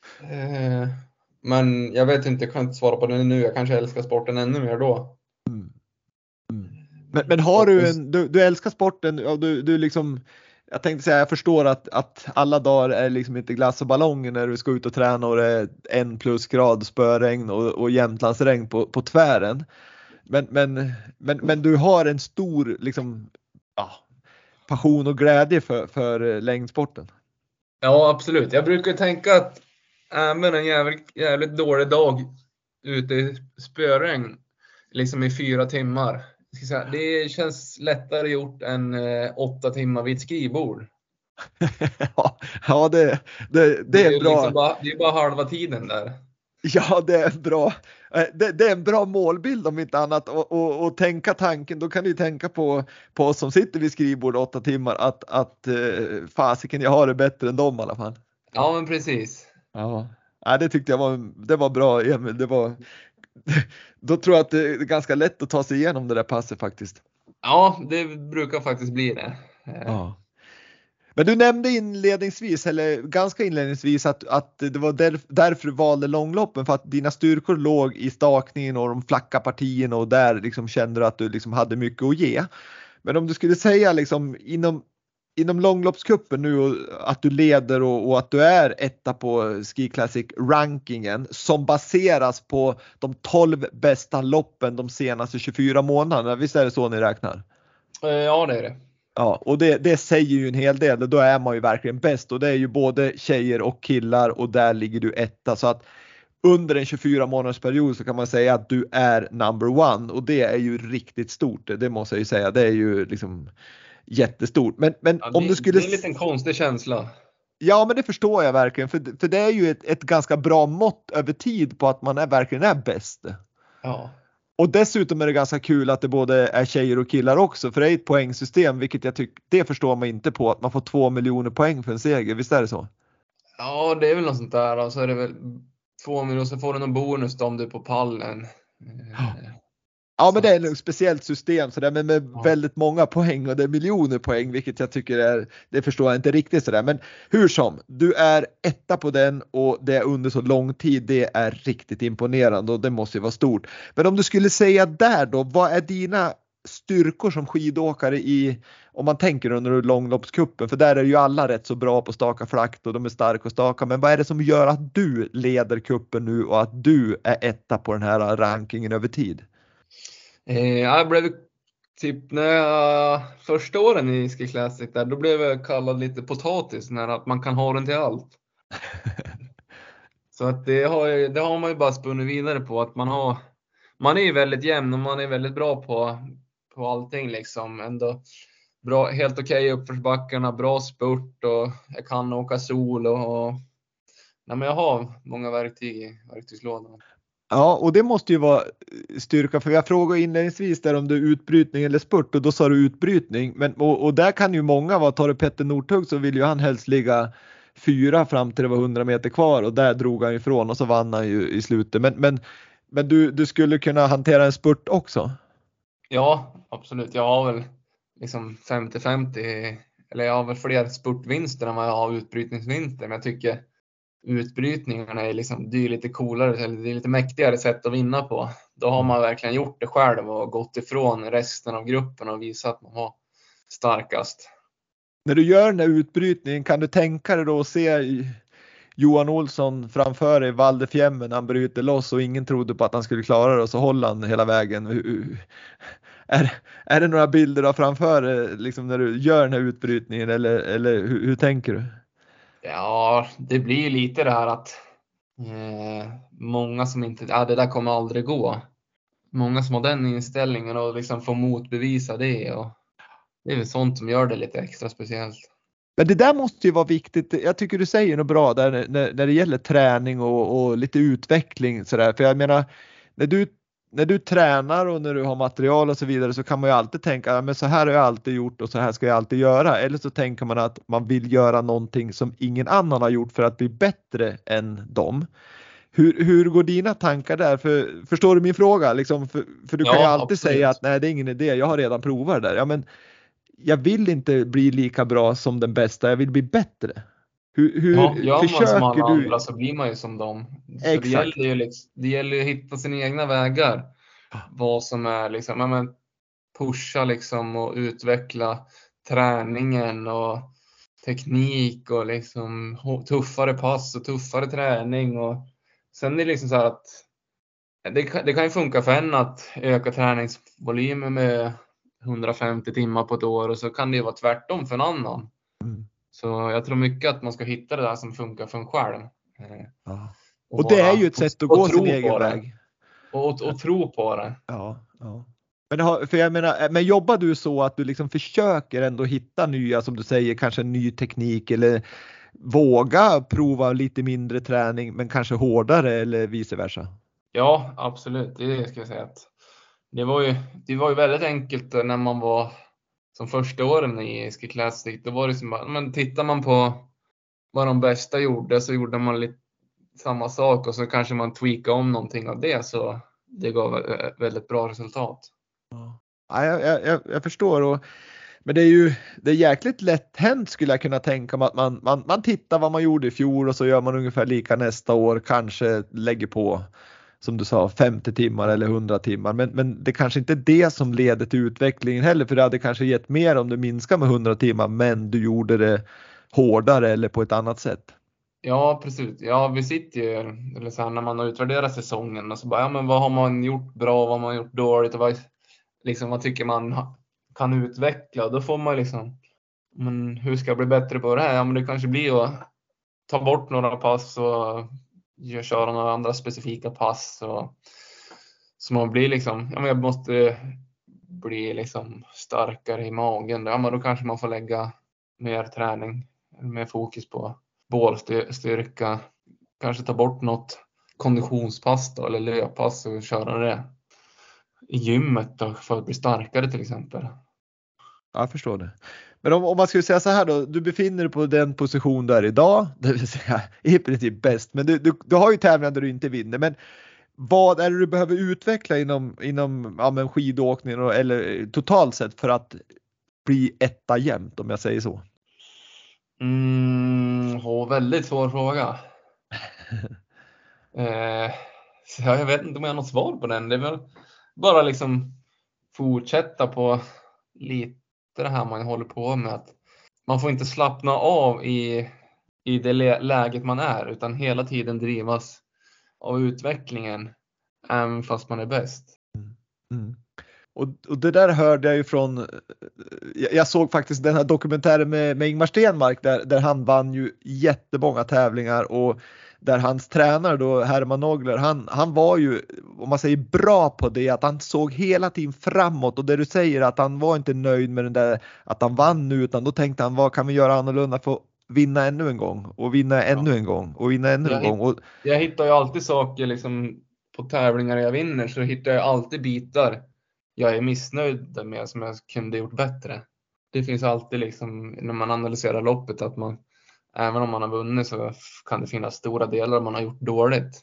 Eh, men jag vet inte, jag kan inte svara på det nu. Jag kanske älskar sporten ännu mer då. Mm. Mm. Men, men har du en, du, du älskar sporten och du, du liksom, jag tänkte säga, jag förstår att, att alla dagar är liksom inte glass och ballonger när du ska ut och träna och det är en plusgrad spöregn och, och Jämtlandsregn på, på tvären. Men, men, men, men du har en stor liksom, ja, passion och glädje för, för längdsporten. Ja, absolut. Jag brukar tänka att även en jävligt, jävligt dålig dag ute i spöregn liksom i fyra timmar. Det känns lättare gjort än eh, åtta timmar vid ett skrivbord. Ja, det, det, det, det är, är bra. Liksom bara, det är bara halva tiden där. Ja, det är bra. Det, det är en bra målbild om inte annat. Och, och, och tänka tanken, då kan du tänka på, på oss som sitter vid skrivbord åtta timmar att, att eh, fasiken, jag har det bättre än dem i alla fall. Ja, men precis. Ja, ja det tyckte jag var, det var bra, Emil. Det var, då tror jag att det är ganska lätt att ta sig igenom det där passet faktiskt. Ja, det brukar faktiskt bli det. Ja. Men du nämnde inledningsvis, eller ganska inledningsvis, att, att det var där, därför du valde långloppen, för att dina styrkor låg i stakningen och de flacka partierna och där liksom kände du att du liksom hade mycket att ge. Men om du skulle säga liksom inom, inom långloppscupen nu och att du leder och, och att du är etta på Ski Classic rankingen som baseras på de tolv bästa loppen de senaste tjugofyra månaderna. Visst är det så ni räknar? Ja, det är det. Ja, och det, det säger ju en hel del, och då är man ju verkligen bäst, och det är ju både tjejer och killar, och där ligger du etta, så att under en tjugofyra månaders period så kan man säga att du är number one, och det är ju riktigt stort, det måste jag ju säga, det är ju liksom jättestort. Men, men ja, det, om du skulle... det är en liten konstig känsla. Ja, men det förstår jag verkligen, för, för det är ju ett, ett ganska bra mått över tid på att man är, verkligen är bäst. Ja. Och dessutom är det ganska kul att det både är tjejer och killar också, för det är ett poängsystem, vilket jag tycker, det förstår man inte på, att man får två miljoner poäng för en seger, visst är det så? Ja, det är väl något sånt där, och så är det väl två miljoner, så får du någon bonus då om du är på pallen. Ja. Ja, Så men det är ett speciellt system så där, men med ja. väldigt många poäng och det är miljoner poäng, vilket jag tycker är, det förstår jag inte riktigt så där. Men hur som, du är etta på den och det är under så lång tid, det är riktigt imponerande och det måste ju vara stort. Men om du skulle säga där då, vad är dina styrkor som skidåkare i, om man tänker under långloppskuppen, för där är ju alla rätt så bra på staka flakt och de är starka och staka, men vad är det som gör att du leder kuppen nu och att du är etta på den här rankingen över tid? Eh, jag blev typ när jag, första åren i Ski Classic där, då blev jag kallad lite potatis, när att man kan ha den till allt. Så att det har, det har man ju bara spunnit vidare på, att man har, man är ju väldigt jämn och man är väldigt bra på, på allting liksom. Ändå bra, helt okej okay uppförsbackarna, bra spurt och jag kan åka solo och nej, men jag har många verktyg i verktygslådan. Ja, och det måste ju vara styrka, för jag frågade inledningsvis där om det är utbrytning eller spurt och då sa du utbrytning, men och, och där kan ju många vara, tar det Petter Northug så vill ju han helst ligga fyra fram till det var hundra meter kvar och där drog han ifrån och så vann han ju i slutet, men, men, men du, du skulle kunna hantera en spurt också? Ja, absolut. Jag har väl liksom femtio femtio, eller jag har väl fler spurtvinster än vad jag har utbrytningsvinster, men jag tycker utbrytningarna är liksom, det är lite coolare, eller det är lite mäktigare sätt att vinna på. Då har man verkligen gjort det själv och gått ifrån resten av gruppen och visat att man var starkast. När du gör den där utbrytningen, kan du tänka dig då att se Johan Olsson framför dig i Val di Fiemme när han bryter loss och ingen trodde på att han skulle klara det och så håller han hela vägen? Är, är det några bilder du har framför dig liksom när du gör den här utbrytningen, eller, eller hur, hur tänker du? Ja, det blir lite det här att eh, många som inte, ja, det där kommer aldrig gå. Många som har den inställningen och liksom får motbevisa det, och det är väl sånt som gör det lite extra speciellt. Men det där måste ju vara viktigt. Jag tycker du säger något bra där när, när det gäller träning och, och lite utveckling så där. För jag menar, när du, när du tränar och när du har material och så vidare, så kan man ju alltid tänka, men så här har jag alltid gjort och så här ska jag alltid göra. Eller så tänker man att man vill göra någonting som ingen annan har gjort för att bli bättre än dem. Hur, hur går dina tankar där? För, förstår du min fråga? Liksom, för, för du kan Ja, ju alltid absolut. säga att nej, det är ingen idé, jag har redan provat det där. Ja, men jag vill inte bli lika bra som den bästa, jag vill bli bättre. Hur, hur Ja, gör man försöker som alla du? andra så blir man ju som dem. Så Exakt. det gäller ju liksom, det gäller ju att hitta sina egna vägar. Vad som är liksom, ja, men pusha liksom och utveckla träningen och teknik och liksom tuffare pass och tuffare träning. Och sen är det liksom så här att det kan, det kan ju funka för en att öka träningsvolymen med hundrafemtio timmar på ett år, och så kan det ju vara tvärtom för en annan. Mm. Så jag tror mycket att man ska hitta det där som funkar för en själv. Ja. Och, och det är ju ett och, sätt att och gå tro sin egen på det. väg. Och, och, och tro på det. Ja, ja. Men, har, för jag menar, men jobbar du så att du liksom försöker ändå hitta nya, som du säger, kanske en ny teknik, eller våga prova lite mindre träning men kanske hårdare, eller vice versa? Ja, absolut. Det ska jag säga att det var ju, det var ju väldigt enkelt när man var som första åren i Ski Classic. Då var det som bara, men tittar man på vad de bästa gjorde, så gjorde man lite samma sak och så kanske man tweakade om någonting av det, så det gav väldigt bra resultat. Ja, jag, jag, jag förstår. Och, men det är ju det är jäkligt lätt hänt, skulle jag kunna tänka mig, att man, man, man tittar vad man gjorde i fjol och så gör man ungefär lika nästa år, kanske lägger på, som du sa, femtio timmar eller hundra timmar. Men, men det kanske inte är det som leder till utvecklingen heller, för det hade kanske gett mer om du minskar med hundra timmar men du gjorde det hårdare eller på ett annat sätt. Ja, precis. Ja, vi sitter ju, eller så här, när man har utvärderat säsongen och så bara, ja, men vad har man gjort bra, vad har man gjort dåligt och vad, liksom, vad tycker man kan utveckla. Då får man liksom, men hur ska jag bli bättre på det här? Ja, men det kanske blir att ta bort några pass och köra några andra specifika pass. Och, så man blir liksom, ja, men jag måste bli liksom starkare i magen. Ja, men då kanske man får lägga mer träning, mer fokus på bålstyrka, kanske ta bort något konditionspass då, eller löppass och köra det i gymmet då, för att bli starkare till exempel. Ja, jag förstår det. Men om, om man skulle säga så här då, du befinner dig på den position där idag, det vill säga i princip bäst, men du, du, du har ju tävlingar där du inte vinner, men vad är det du behöver utveckla inom, inom ja, men skidåkning och, eller totalt sett för att bli etta jämt, om jag säger så? Mm, oh, väldigt svår fråga. eh, så jag vet inte om jag har något svar på den. Det är väl bara liksom fortsätta på lite det här man håller på med. Att man får inte slappna av i, i det läget man är, utan hela tiden drivas av utvecklingen, även fast man är bäst. Mm. Och, och det där hörde jag ju från, jag, jag såg faktiskt den här dokumentären med, med Ingmar Stenmark där, där han vann ju jättemånga tävlingar och där hans tränare då, Herman Nogler, han, han var ju, om man säger, bra på det, att han såg hela tiden framåt, och det du säger att han var inte nöjd med den där att han vann nu, utan då tänkte han, vad kan vi göra annorlunda för att vinna ännu en gång och vinna ännu Ja. en gång och vinna ännu jag en gång. Och, jag hittar ju alltid saker liksom på tävlingar jag vinner, så hittar jag alltid bitar jag är missnöjd med som jag kunde gjort bättre. Det finns alltid liksom, när man analyserar loppet, att man, även om man har vunnit, så kan det finnas stora delar man har gjort dåligt.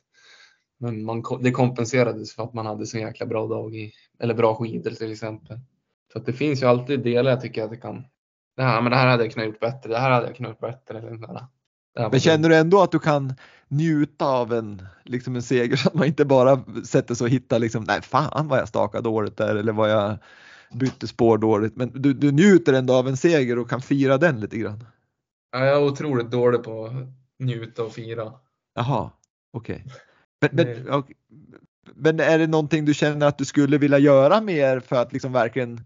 Men man, det kompenserades för att man hade så jäkla bra dag i, eller bra skidor till exempel. Så att det finns ju alltid delar jag tycker att det kan, det här, men det här hade jag kunnat gjort bättre, det här hade jag kunnat gjort bättre. Eller sådär. men känner du ändå att du kan njuta av en, liksom en seger, så att man inte bara sätter sig och hittar liksom, nej fan vad jag stakade dåligt där, eller vad jag bytte spår dåligt, men du, du njuter ändå av en seger och kan fira den lite grann? Ja, jag är otroligt dålig på att njuta och fira. Jaha, okej. Okay. Men, men, okay. men är det någonting du känner att du skulle vilja göra mer för att liksom verkligen,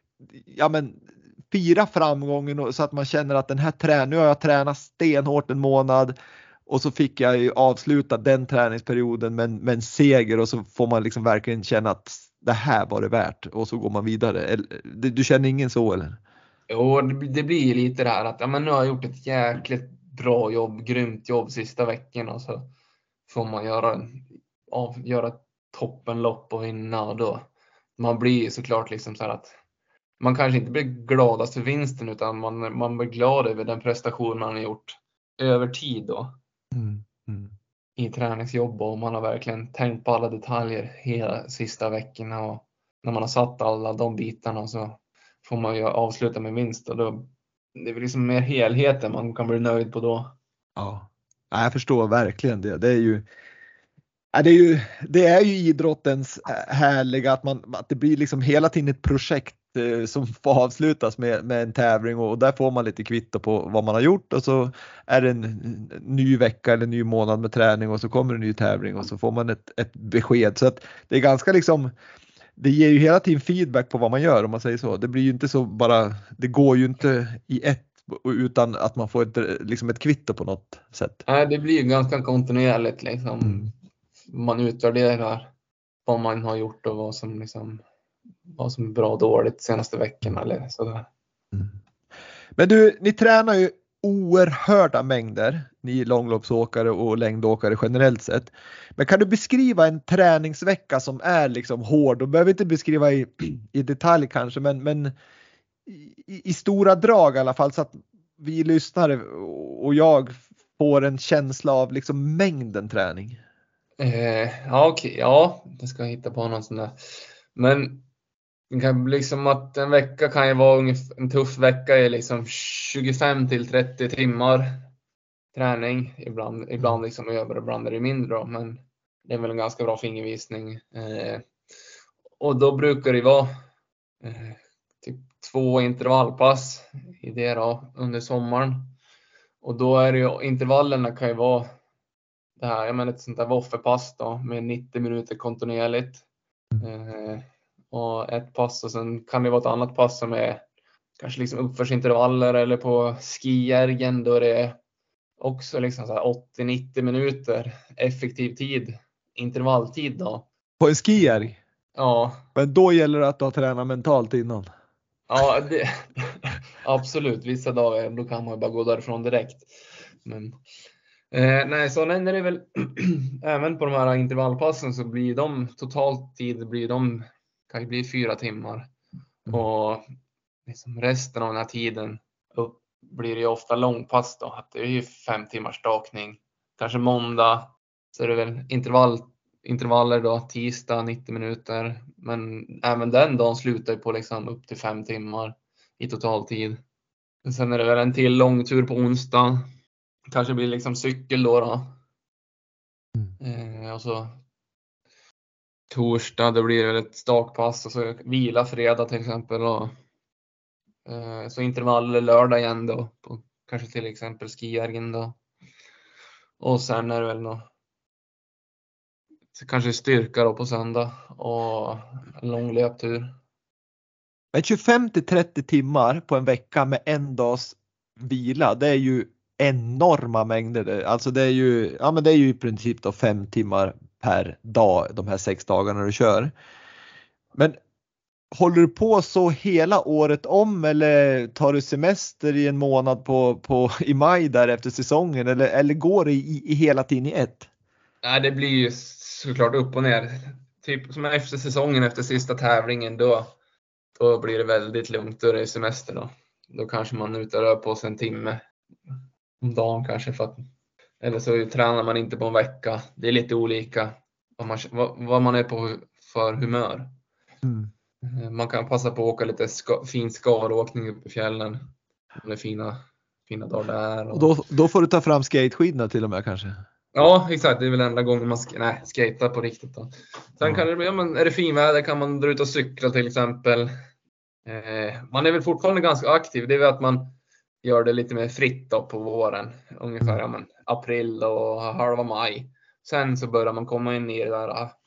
ja men, fira framgången, och så att man känner att den här träningen, nu har jag tränat stenhårt en månad och så fick jag ju avsluta den träningsperioden med en, med en seger, och så får man liksom verkligen känna att det här var det värt, och så går man vidare. Du, du känner ingen så, eller? Jo, det blir lite det här att ja, men nu har jag gjort ett jäkligt bra jobb, grymt jobb sista veckan, och så får man göra, av, göra toppenlopp och vinna, och då man blir såklart liksom så här att man kanske inte blir gladast för vinsten, utan man, man blir glad över den prestation man har gjort över tid då. Mm, mm. I träningsjobb, och man har verkligen tänkt på alla detaljer hela sista veckorna, och när man har satt alla de bitarna så får man ju avsluta med vinst, och då det är väl liksom mer helheten man kan bli nöjd på då. Ja, jag förstår verkligen det. Det är ju, det är ju, det är ju idrottens härliga att, man, att det blir liksom hela tiden ett projekt som får avslutas med, med en tävling, och där får man lite kvitto på vad man har gjort, och så är det en ny vecka eller en ny månad med träning, och så kommer en ny tävling och så får man ett, ett besked. Så att det är ganska liksom, det ger ju hela tiden feedback på vad man gör, om man säger så. Det blir ju inte så bara, det går ju inte i ett utan att man får ett, liksom ett kvitto på något sätt. Nej, det blir ju ganska kontinuerligt liksom. Mm. Man utvärderar vad man har gjort och vad som liksom, vad som är bra och dåligt senaste veckan eller sådär. Mm. Men du, ni tränar ju oerhörda mängder, ni långloppsåkare och längdåkare generellt sett. Men kan du beskriva en träningsvecka som är liksom hård? Du behöver inte beskriva i, i detalj kanske, men, men i, i stora drag i alla fall, så att vi lyssnare och jag får en känsla av liksom mängden träning. Eh, ja, okej. Okay. Ja, jag ska hitta på någon sån där. Men det kan bli liksom att en vecka kan ju vara ungefär, en tuff vecka är liksom tjugofem till trettio timmar träning. Ibland, ibland liksom över, ibland är det mindre då, men det är väl en ganska bra fingervisning. Eh, och då brukar det vara eh, typ två intervallpass i det då, under sommaren. Och då är det ju, intervallerna kan ju vara det här, jag menar ett sånt där våffelpass då med nittio minuter kontinuerligt. Eh, och ett pass, och sen kan det vara ett annat pass som är kanske liksom uppförsintervaller, eller på skijärgen då det är också liksom så här åttio nittio minuter effektiv tid, intervalltid då. På en skijärg? Ja. Men då gäller det att du har tränat mentalt innan. Ja, det, absolut. Vissa dagar då kan man bara gå därifrån direkt. Men eh, nej, så när det är väl även på de här intervallpassen så blir de totalt tid blir de kan ju bli fyra timmar. Mm. Och liksom resten av den här tiden upp blir det ju ofta långpass då. Att det är ju fem timmars stakning. Kanske måndag så är det väl intervall intervaller då, tisdag nittio minuter. Men även den dagen slutar ju på liksom upp till fem timmar i totaltid. Sen är det väl en till långtur på onsdag. Kanske blir liksom cykel då. då. Mm. Eh, och så torsdag, då blir det ett stakpass och så vila fredag till exempel. Och, eh, så intervaller lördag igen då. På, kanske till exempel skijärgen då. Och sen är det väl något. Så kanske styrka då på söndag och en lång löptur. Men tjugofem till trettio timmar på en vecka med en dags vila, det är ju enorma mängder. Alltså det är ju, ja men det är ju i princip då fem timmar per dag de här sex dagarna du kör. Men håller du på så hela året om eller tar du semester i en månad på, på, i maj där efter säsongen eller, eller går det i, i hela tiden i ett? Nej, det blir ju såklart upp och ner. Typ som efter säsongen, efter sista tävlingen, då, då blir det väldigt lugnt. Då är det semester då. Då kanske man utar rör på sig en timme om dagen kanske. För att, eller så tränar man inte på en vecka. Det är lite olika vad man, vad, vad man är på för humör. Mm. Man kan passa på att åka lite ska, fin skaråkning upp i fjällen. Det är fina, fina dagar där. Och... och då, då får du ta fram skateskidorna till och med kanske? Ja, exakt. Det är väl enda gången man sk- nej, skater på riktigt då. Sen mm. kan det bli, ja, men är det finväder kan man dra ut och cykla till exempel. Eh, man är väl fortfarande ganska aktiv. Det är väl att man gör det lite mer fritt då på våren. Ungefär mm. ja, men, april och halva maj. Sen så börjar man komma in i det där uh,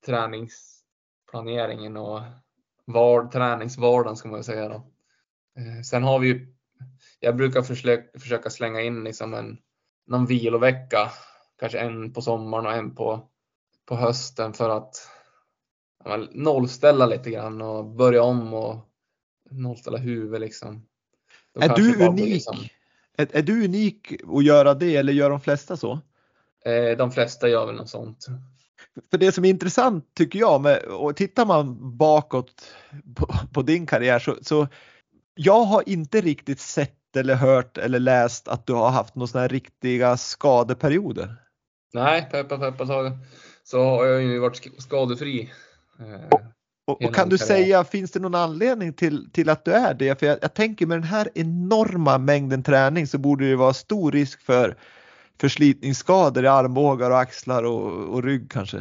träningsplaneringen och var, träningsvardagen ska man ju säga då. Eh, sen har vi ju, jag brukar försöka, försöka slänga in liksom en, någon vilovecka. Kanske en på sommaren och en på, på hösten för att ja, nollställa lite grann och börja om och nollställa huvudet liksom. Då är du unik? Liksom... Är, är du unik att göra det eller gör de flesta så? Eh, de flesta gör väl något sånt. För det som är intressant tycker jag, med, och tittar man bakåt på, på din karriär så, så jag har inte riktigt sett eller hört eller läst att du har haft några sådana här riktiga skadeperioder. Nej, peppa peppa så, så har jag ju varit skadefri. Eh, och, och, och kan du säga, finns det någon anledning till, till att du är det? För jag, jag tänker med den här enorma mängden träning så borde det vara stor risk för förslitningsskador i armbågar och axlar och, och rygg kanske.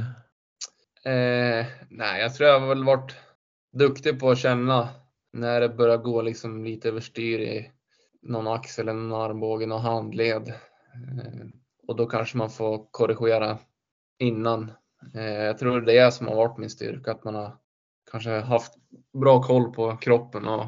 Eh, nej, jag tror jag har väl varit duktig på att känna när det börjar gå liksom lite överstyr i någon axel eller någon armbåge, någon handled. Eh, och då kanske man får korrigera innan. Eh, jag tror det är det som har varit min styrka, att man har kanske haft bra koll på kroppen och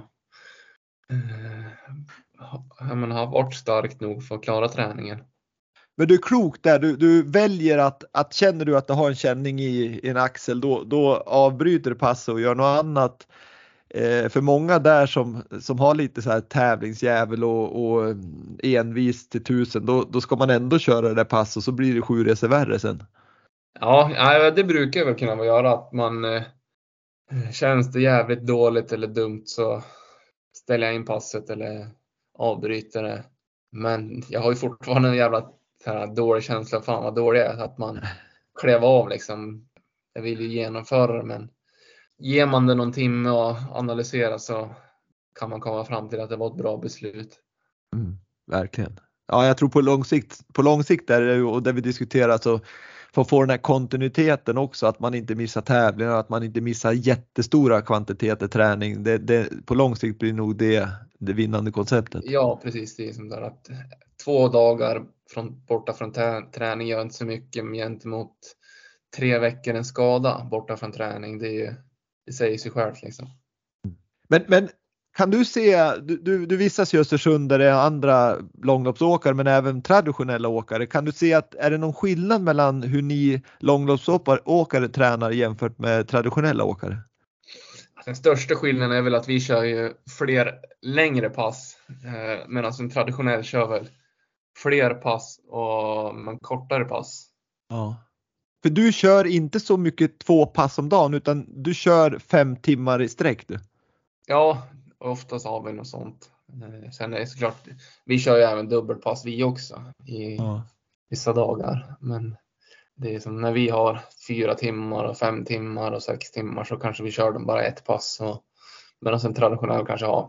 eh, man har varit stark nog för att klara träningen. Men du är klok där, du, du väljer att, att känner du att du har en känning i, i en axel då, då avbryter du passet och gör något annat. Eh, för många där som, som har lite så här tävlingsjävel och, och envis till tusen, då, då ska man ändå köra det där passet och så blir det sju resor värre sen. Ja, det brukar väl kunna göra att man eh, känns det jävligt dåligt eller dumt så ställer jag in passet eller avbryter det. Men jag har ju fortfarande en jävla här dålig känsla, fan vad dålig jag är, att man klev av liksom. Jag vill ju genomföra det, men ger man det någon timme och analysera så kan man komma fram till att det var ett bra beslut. Mm, verkligen. Ja, jag tror på lång sikt, på lång sikt är det, och det vi diskuterar, så för att få den här kontinuiteten också, att man inte missar tävlingar, att man inte missar jättestora kvantiteter träning. Det, det, på lång sikt blir nog det, det vinnande konceptet. Ja, precis. Det är som där att två dagar från, borta från träning gör inte så mycket gentemot tre veckor en skada borta från träning. Det, är, det säger sig självt liksom. Men, men kan du se, du, du, du vistas i Östersund där det är andra långloppsåkare men även traditionella åkare. Kan du se att är det någon skillnad mellan hur ni långloppsåkare tränar jämfört med traditionella åkare? Den största skillnaden är väl att vi kör ju fler längre pass eh, medan en traditionell kör väl fler pass och men kortare pass. Ja. För du kör inte så mycket två pass om dagen utan du kör fem timmar i sträck du. Ja, oftast har vi något sånt. Eh, sen är det såklart, vi kör ju även dubbelpass vi också i ja. vissa dagar. Men det är som när vi har fyra timmar och fem timmar och sex timmar så kanske vi kör dem bara ett pass. Och, medan en traditionell kanske har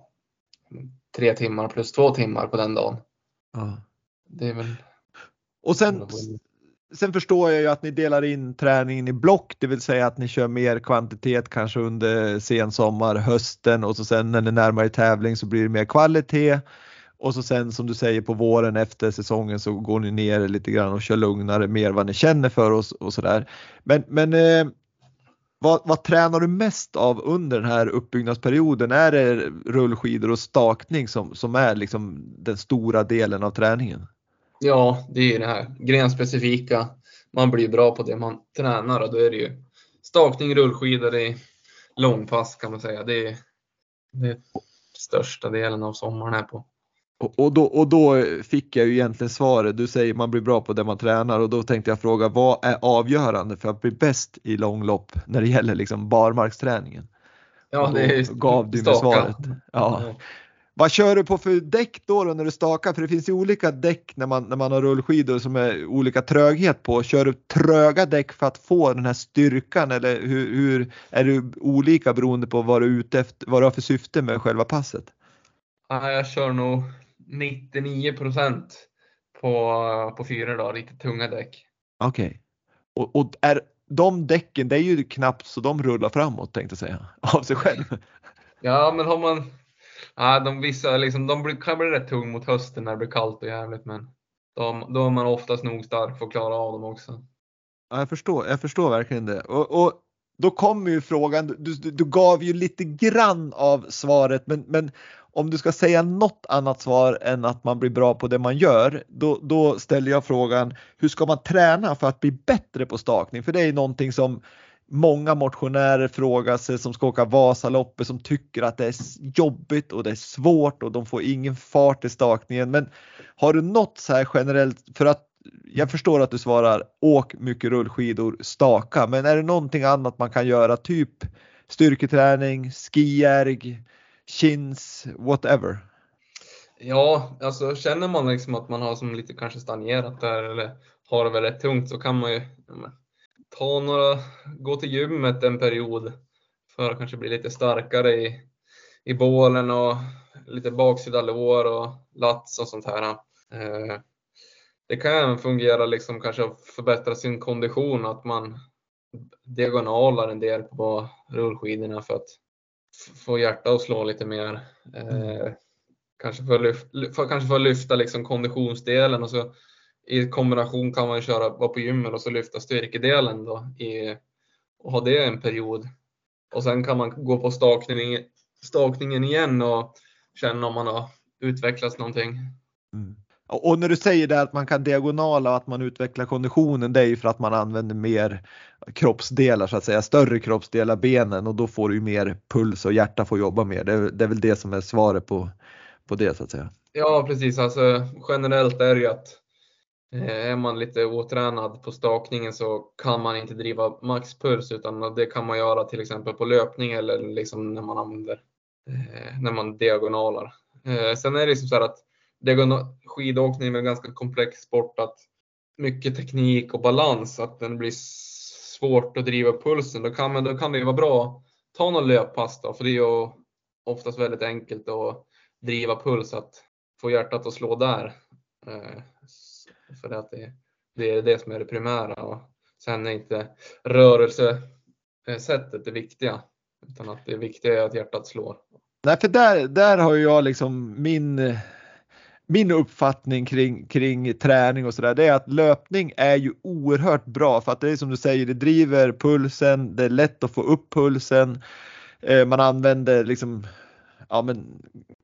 tre timmar plus två timmar på den dagen. Ja. Det är väl... Och sen, sen förstår jag ju att ni delar in träningen i block, det vill säga att ni kör mer kvantitet kanske under sen sommar, hösten och så sen när det närmar er tävling så blir det mer kvalitet. Och så sen som du säger på våren efter säsongen så går ni ner lite grann och kör lugnare mer vad ni känner för och, och sådär. Men, men eh, vad, vad tränar du mest av under den här uppbyggnadsperioden? Är det rullskidor och stakning som, som är liksom den stora delen av träningen? Ja, det är ju det här grenspecifika. Man blir bra på det man tränar och då är det ju stakning, rullskidor i långpass kan man säga. Det är, det är största delen av sommaren här på. Och, och, då, och då fick jag ju egentligen svaret. Du säger man blir bra på det man tränar och då tänkte jag fråga vad är avgörande för att bli bäst i långlopp när det gäller liksom barmarksträningen? Ja, det är gav du med svaret. Ja. Ja. Vad kör du på för däck då, då när du stakar? För det finns ju olika däck när man, när man har rullskidor som är olika tröghet på. Kör du tröga däck för att få den här styrkan eller hur, hur är du olika beroende på vad du är ute efter, vad du har för syfte med själva passet? Ja, jag kör nog nittionio procent på, på fyra dagar, riktigt tunga däck. Okej. Okay. Och, och är de däcken, det är ju knappt så de rullar framåt tänkte jag säga, av sig själv. Ja, men har man... Ja, de vissa liksom, de blir, kan bli rätt tung mot hösten när det blir kallt och jävligt, men de, då är man oftast nog stark för att klara av dem också. Ja, jag förstår, jag förstår verkligen det. Och, och då kommer ju frågan, du, du, du gav ju lite grann av svaret, men, men om du ska säga något annat svar än att man blir bra på det man gör, då, då ställer jag frågan, hur ska man träna för att bli bättre på stakning? För det är någonting som många motionärer frågar sig som ska åka Vasaloppet, som tycker att det är jobbigt och det är svårt och de får ingen fart i stakningen. Men har du något så här generellt, för att jag förstår att du svarar åk mycket rullskidor, staka, men är det någonting annat man kan göra, typ styrketräning, skijärg, chins, whatever? Ja, alltså känner man liksom att man har som lite kanske stagnerat där eller har det väldigt tungt så kan man ju ta några, gå till gymmet en period för att kanske bli lite starkare i, i bålen och lite baksida lår och lats och sånt här. Eh, det kan även fungera liksom kanske att förbättra sin kondition, att man diagonalar en del på rullskidorna för att f- få hjärtat att slå lite mer. Eh, kanske för att lyfta, för, kanske för att lyfta liksom konditionsdelen och så i kombination kan man köra, vara på gymmet och så lyfta styrkedelen då i, och ha det en period. Och sen kan man gå på stakning, stakningen igen och känna om man har utvecklats någonting. Mm. Och när du säger det att man kan diagonala och att man utvecklar konditionen, det är ju för att man använder mer kroppsdelar så att säga, större kroppsdelar, benen, och då får du ju mer puls och hjärta får jobba mer. Det är, det är väl det som är svaret på, på det så att säga. Ja, precis. Alltså, generellt är det ju att är man lite otränad på stakningen så kan man inte driva maxpuls, utan det kan man göra till exempel på löpning eller liksom när man använder eh, när man diagonalar. Eh, sen är det liksom så här att diagonal, skidåkning är en ganska komplex sport, att mycket teknik och balans, att den blir svårt att driva pulsen. Då kan, man, då kan det ju vara bra att ta någon löppass då, för det är ju oftast väldigt enkelt att driva puls, att få hjärtat att slå där. Eh, För att det, det är det som är det primära, och sen är inte rörelsesättet det viktiga, utan att det viktiga är att hjärtat slår. Nej, för där, där har jag liksom min, min uppfattning kring, kring träning och sådär. Det är att löpning är ju oerhört bra, för att det är som du säger, det driver pulsen, det är lätt att få upp pulsen. Eh, man använder liksom, ja men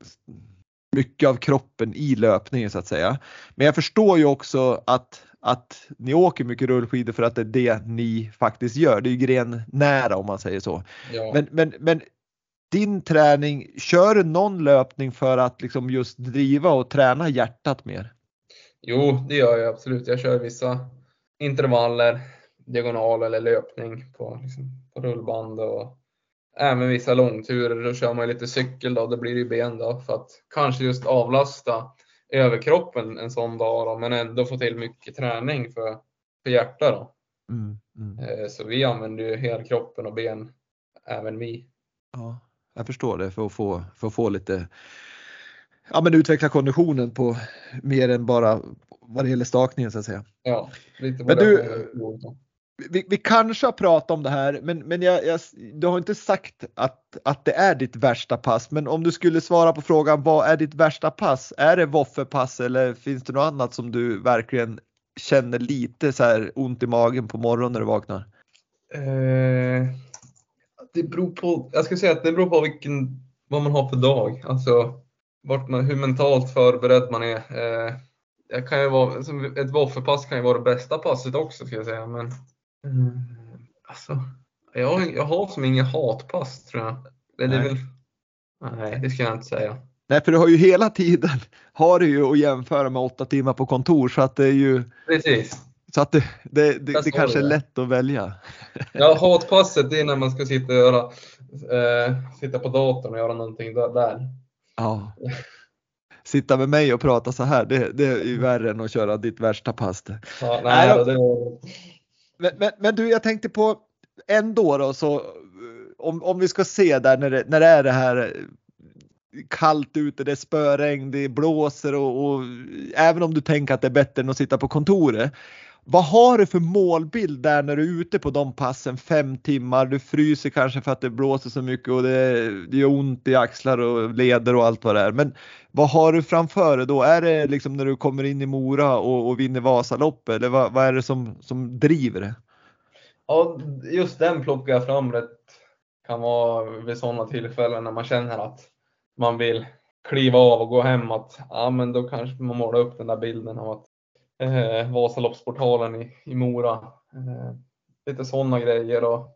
mycket av kroppen i löpningen så att säga. Men jag förstår ju också att, att ni åker mycket rullskidor för att det är det ni faktiskt gör. Det är ju grennära om man säger så. Ja. Men, men, men din träning, kör du någon löpning för att liksom just driva och träna hjärtat mer? Jo, det gör jag absolut. Jag kör vissa intervaller, diagonal eller löpning på, liksom, på rullband, och även vissa långturer. Då kör man lite cykel då, det blir ju ben då, för att kanske just avlasta överkroppen en sån dag då, men ändå få till mycket träning för, för hjärta då. Mm, mm. Så vi använder ju hela kroppen och ben, även vi. Ja, jag förstår det, för att få, för att få lite, ja men utveckla konditionen på mer än bara vad det gäller stakningen så att säga. Ja, lite Men variation. du, vi, vi kanske har pratat om det här, men, men jag, jag, du har inte sagt att, att det är ditt värsta pass. Men om du skulle svara på frågan, vad är ditt värsta pass? Är det våffelpass eller finns det något annat som du verkligen känner lite så här ont i magen på morgonen när du vaknar? Eh, det beror på, jag skulle säga att det beror på vilken, vad man har för dag. Alltså vart man, hur mentalt förberedd man är. Eh, det kan ju vara, ett våffelpass kan ju vara det bästa passet också, ska jag säga. Men mm, alltså, jag, jag har som ingen hatpass, tror jag. Det, det är väl, nej, det ska jag inte säga. Nej, för du har ju hela tiden har du ju att jämföra med åtta timmar på kontor, så att det är ju precis. Så att det, det, det, det kanske är lätt att välja. Ja, hatpasset det är när man ska sitta och göra, eh, sitta på datorn och göra någonting där. Ja. Sitta med mig och prata så här, det, det är ju värre än att köra ditt värsta pass. Ja, nej, då, det... men, men, men du, jag tänkte på ändå då, så om, om vi ska se där när det, när det är det här kallt ute, det är spöregn, det blåser och, och även om du tänker att det är bättre än att sitta på kontoret. Vad har du för målbild där när du är ute på de passen fem timmar? Du fryser kanske för att det blåser så mycket och det, det gör ont i axlar och leder och allt vad det är. Men vad har du framför dig då? Är det liksom när du kommer in i Mora och, och vinner Vasaloppet? Eller vad, vad är det som, som driver det? Ja, just den plockar jag fram rätt. Kan vara vid sådana tillfällen när man känner att man vill kliva av och gå hem. Att, ja, men då kanske man målar upp den där bilden av att Eh, Vasaloppsportalen i, i Mora. Eh, lite sådana grejer och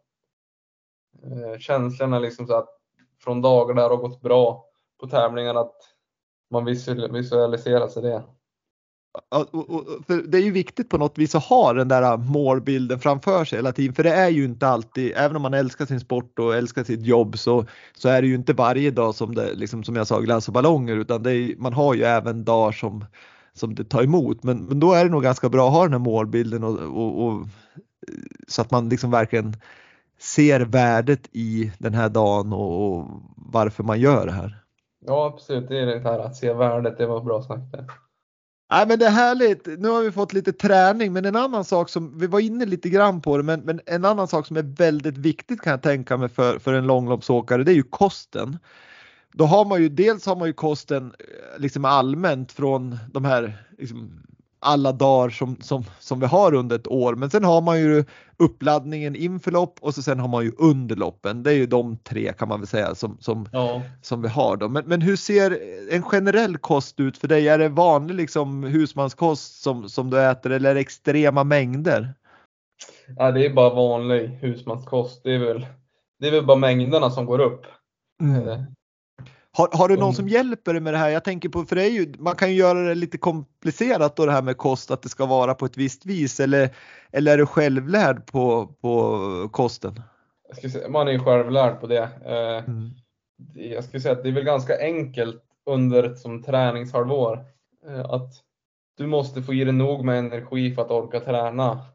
eh, känslorna liksom så att från dagar där har gått bra på tävlingar att man visual, visualiserar sig det. Ja, och, och, för det är ju viktigt på något vis att ha den där målbilden framför sig hela tiden, för det är ju inte alltid, även om man älskar sin sport och älskar sitt jobb, så, så är det ju inte varje dag som det liksom, som jag sa, glass och ballonger, utan det är, man har ju även dagar som som det tar emot, men, men då är det nog ganska bra att ha den här målbilden och, och, och så att man liksom verkligen ser värdet i den här dagen och, och varför man gör det här. Ja, absolut, det är det här att se värdet, det var bra sagt där. Nej, men det är härligt. Nu har vi fått lite träning, men en annan sak som vi var inne lite grann på det, men, men en annan sak som är väldigt viktigt kan jag tänka mig för, för en långloppsåkare, det är ju kosten. Då har man ju, dels har man ju kosten liksom allmänt från de här liksom, alla dagar som, som, som vi har under ett år. Men sen har man ju uppladdningen inför lopp och så sen har man ju underloppen. Det är ju de tre kan man väl säga som, som, ja. som vi har då. Men, men hur ser en generell kost ut för dig? Är det vanlig liksom, husmanskost som, som du äter eller är det extrema mängder? Ja, det är bara vanlig husmanskost. Det är väl, det är väl bara mängderna som går upp. Mm. Har, har du någon som hjälper dig med det här? Jag tänker på, för det är ju, man kan ju göra det lite komplicerat då det här med kost, att det ska vara på ett visst vis, eller, eller är du självlärd på, på kosten? Jag skulle säga, man är ju självlärd på det. Mm. Jag skulle säga att det är väl ganska enkelt under ett som träningshalvår. Att du måste få i dig nog med energi för att orka träna.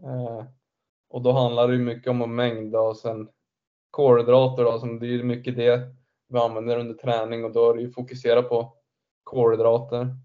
Och då handlar det ju mycket om en mängd och sen kolhydrater då, som det är mycket det vi använder under träning och då är det ju fokusera på kolhydrater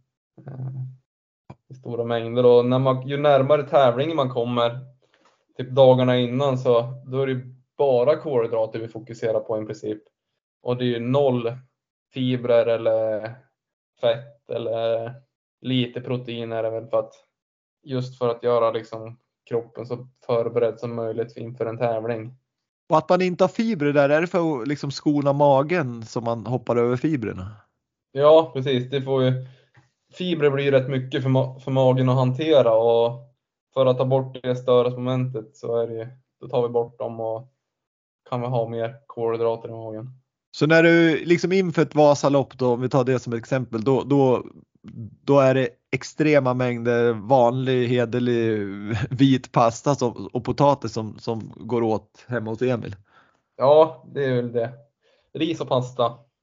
i stora mängder. Och när man, ju närmare tävlingen man kommer, typ dagarna innan, så då är det bara kolhydrater vi fokuserar på i princip. Och det är ju noll fibrer eller fett eller lite proteiner även för att just för att göra liksom kroppen så förberedd som möjligt inför en tävling. Och att man inte har fibrer där, är det för att liksom skona magen som man hoppar över fibrerna? Ja, precis. Det får ju, fibrer blir rätt mycket för, ma- för magen att hantera och för att ta bort det störningsmomentet så är det, då tar vi bort dem och kan vi ha mer kolhydrater i magen. Så när du liksom inför ett Vasalopp då, om vi tar det som ett exempel, då, då, då är det extrema mängder vanlig hederlig vit pasta som, och potatis som, som går åt hemma hos Emil? Ja, det är väl det. Ris och pasta.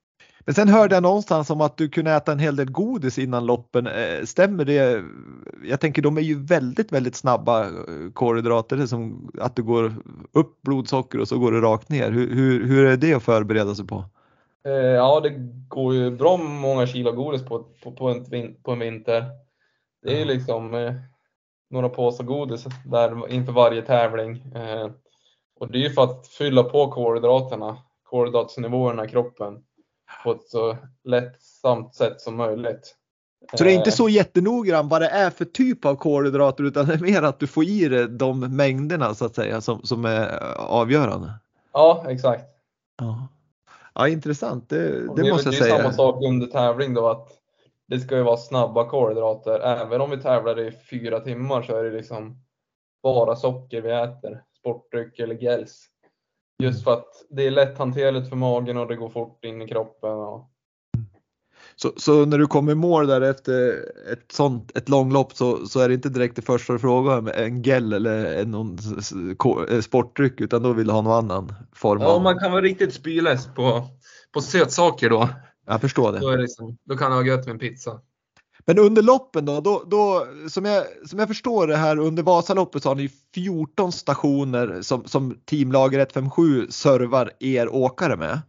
Men sen hörde jag någonstans om att du kunde äta en hel del godis innan loppen. Stämmer det? Jag tänker de är ju väldigt, väldigt snabba kolhydrater. Det är som att du går upp blodsocker och så går det rakt ner. Hur, hur, hur är det att förbereda sig på? Ja, det går ju bra många kilo godis på, på, på, en, på en vinter. Det är ju liksom eh, några påsar godis där inför varje tävling. Eh, och det är ju för att fylla på kolhydraterna, kolhydratsnivåerna i kroppen på ett så lättsamt sätt som möjligt. Så det är inte så jättenogrann vad det är för typ av kolhydrater, utan det är mer att du får i dig de mängderna så att säga som, som är avgörande. Ja, exakt. Ja, ja intressant. Det, det, det måste jag det säga. Det är samma sak under tävling då, att det ska ju vara snabba kolhydrater. Även om vi tävlar i fyra timmar så är det liksom bara socker vi äter. Sportdryck eller gels. Just för att det är lätt hanterligt för magen och det går fort in i kroppen. Och... Så, så när du kommer i mål där efter ett sånt, ett långlopp så, så är det inte direkt det första du frågar om en gel eller någon sportdryck, utan då vill du ha någon annan form av... Ja, man kan vara riktigt spyless på, på sötsaker då. Jag förstår det. Då, är det liksom, då kan det vara gött med en pizza. Men under loppen då, då, då som, jag, som jag förstår det här, under Vasaloppet så har ni fjorton stationer som, som teamlager ett fem sju servar er åkare med.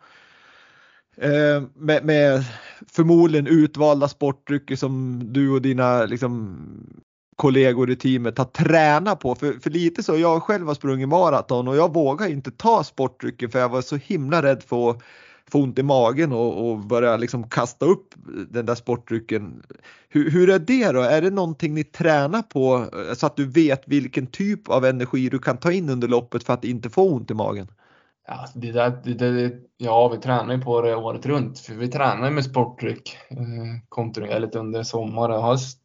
Eh, med, med förmodligen utvalda sportdrycker som du och dina liksom, kollegor i teamet har tränat på. För, för lite så, jag själv har sprungit maraton och jag vågar inte ta sportdrycker för jag var så himla rädd för att få ont i magen och, och börja liksom kasta upp den där sportdrycken. Hur, hur är det då? Är det någonting ni tränar på så att du vet vilken typ av energi du kan ta in under loppet för att inte få ont i magen? Ja, det där, det, det, ja, vi tränar ju på det året runt. För vi tränar med sportdryck eh, kontinuerligt under sommar och höst.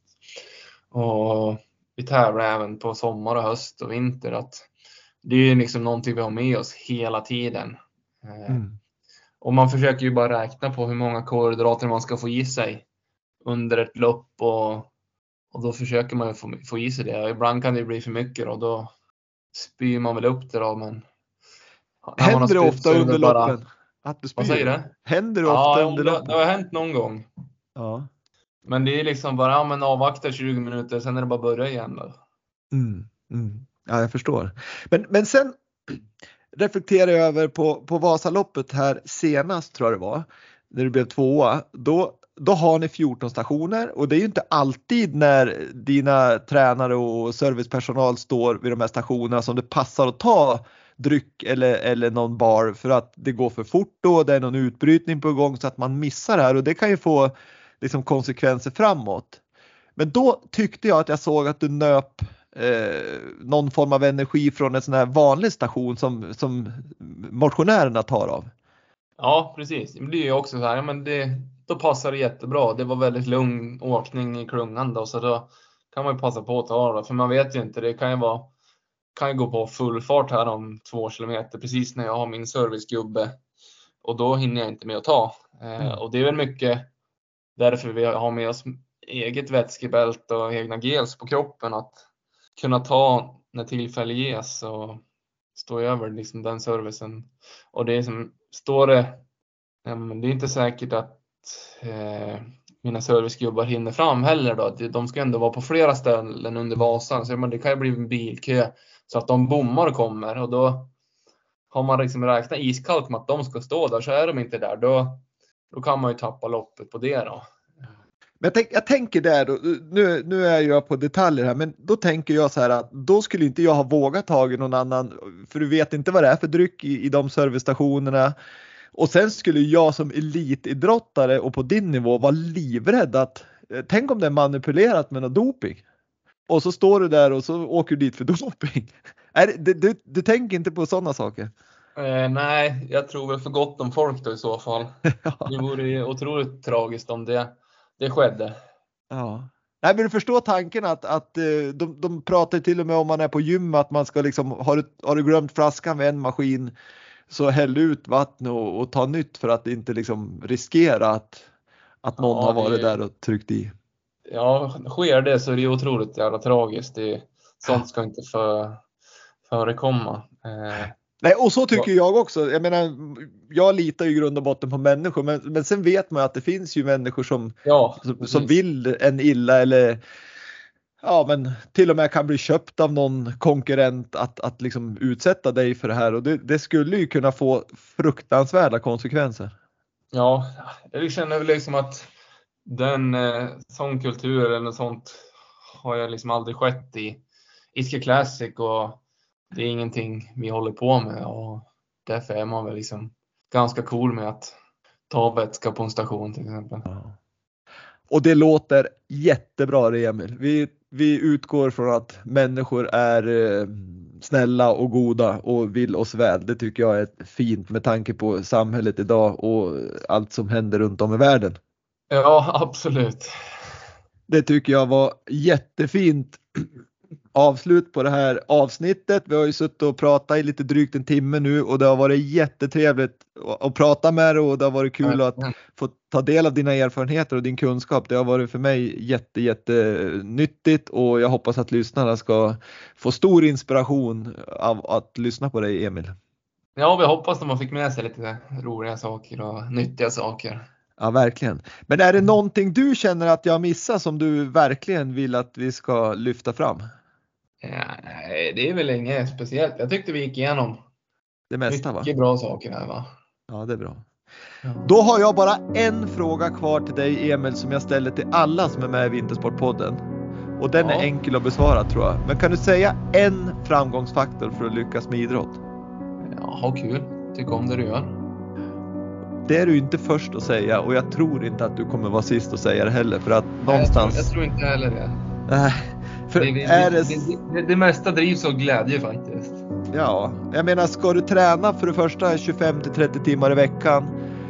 Och vi tävlar även på sommar och höst och vinter. Att det är liksom någonting vi har med oss hela tiden. Eh, mm. Och man försöker ju bara räkna på hur många kolhydrater man ska få i sig under ett lopp. Och, och då försöker man ju få, få i sig det. Och ibland kan det bli för mycket och då spyr man väl upp det då, men... Händer det ofta under bara... loppen att du spyr? Vad säger du? Händer det ofta ja, under det, loppen? Det har hänt någon gång. Ja. Men det är liksom bara, ja, men avvakta tjugo minuter, sen är det bara börja igen då. Mm, mm. Ja, jag förstår. Men, men sen reflekterar jag över på, på Vasaloppet här senast, tror jag det var, när du blev tvåa. Då, då har ni fjorton stationer och det är ju inte alltid när dina tränare och servicepersonal står vid de här stationerna som det passar att ta dryck eller, eller någon bar för att det går för fort då, det är någon utbrytning på gång så att man missar det här och det kan ju få liksom konsekvenser framåt. Men då tyckte jag att jag såg att du nöp eh, någon form av energi från en sån här vanlig station som, som motionärerna tar av. Ja, precis. Det blir ju också så här, ja, men det, då passar det jättebra. Det var väldigt lugn åkning i klungan då, så då kan man ju passa på att ta det. För man vet ju inte, det kan ju vara kan ju gå på full fart här om två kilometer precis när jag har min servicegubbe och då hinner jag inte med att ta. Mm. Eh, och det är väl mycket därför vi har med oss eget vätskebälte och egna gels på kroppen, att kunna ta när tillfälle ges och stå över liksom den servicen. Och det är som står det, ja, men det är inte säkert att eh, mina servicegubbar hinner fram heller då. De ska ändå vara på flera ställen under Vasan, så men det kan ju bli en bilkö så att de bommar och kommer, och då har man liksom räknat iskallt med att de ska stå där, så är de inte där, då, då kan man ju tappa loppet på det då. Men jag, tänk, jag tänker där, då, nu, nu är jag på detaljer här, men då tänker jag så här att då skulle inte jag ha vågat tagit någon annan, för du vet inte vad det är för dryck i, i de servicestationerna. Och sen skulle jag som elitidrottare och på din nivå vara livrädd att, tänk om det är manipulerat med någon doping. Och så står du där och så åker du dit för doping. Är det, du, du, du tänker inte på sådana saker? Eh, nej, jag tror väl för gott om folk då i så fall. Ja. Det vore otroligt tragiskt om det, det skedde. Ja. Nej, men du förstår tanken att, att de, de pratar till och med om man är på gym att man ska liksom, har du, har du glömt flaskan vid en maskin så häll ut vatten och, och ta nytt för att inte liksom riskera att, att någon ja, har varit det... där och tryckt i. Ja, sker det så är det otroligt jävla tragiskt. Det, sånt ska inte för, förekomma. Eh, Nej, och så tycker jag också. Jag menar, jag litar ju i grund och botten på människor, men, men sen vet man att det finns ju människor som, Ja, som, som vill en illa eller ja, men till och med kan bli köpt av någon konkurrent att, att liksom utsätta dig för det här, och det, det skulle ju kunna få fruktansvärda konsekvenser. Ja, jag känner väl liksom att den eh, sån kultur eller något sånt har jag liksom aldrig skett i Iska Classic, och det är ingenting vi håller på med, och därför är man väl liksom ganska cool med att ta vätska på en station till exempel. Ja. Och det låter jättebra det, Emil. Vi, vi utgår från att människor är eh, snälla och goda och vill oss väl. Det tycker jag är fint med tanke på samhället idag och allt som händer runt om i världen. Ja, absolut. Det tycker jag var jättefint avslut på det här avsnittet. Vi har ju suttit och pratat i lite drygt en timme nu, och det har varit jättetrevligt att prata med dig, och det har varit kul att få ta del av dina erfarenheter och din kunskap. Det har varit för mig jätte, jätte nyttigt, och jag hoppas att lyssnarna ska få stor inspiration av att lyssna på dig, Emil. Ja, vi hoppas att man fick med sig lite roliga saker och nyttiga saker. Ja, verkligen. Men är det någonting du känner att jag missar som du verkligen vill att vi ska lyfta fram? Ja, nej, det är väl inget speciellt. Jag tyckte vi gick igenom det mesta, va? Mycket bra saker här, va? Ja, det är bra. Ja. Då har jag bara en fråga kvar till dig, Emil, som jag ställer till alla som är med i Vintersportpodden. Och den Ja. är enkel att besvara, tror jag. Men kan du säga en framgångsfaktor för att lyckas med idrott? Ja, ha kul. Tyck om det du gör. Det är du inte först att säga, och jag tror inte att du kommer vara sist att säga det heller. För att Nej, någonstans... jag, tror, jag tror inte heller det. Nej. För Det, det, är det... det, det, det mesta drivs av glädje faktiskt. Ja, jag menar, ska du träna för det första tjugofem till trettio timmar i veckan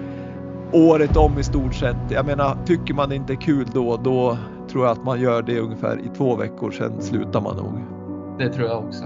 året om i stort sett. Jag menar, tycker man det inte är kul då, då tror jag att man gör det ungefär i två veckor, sen slutar man nog. Det tror jag också.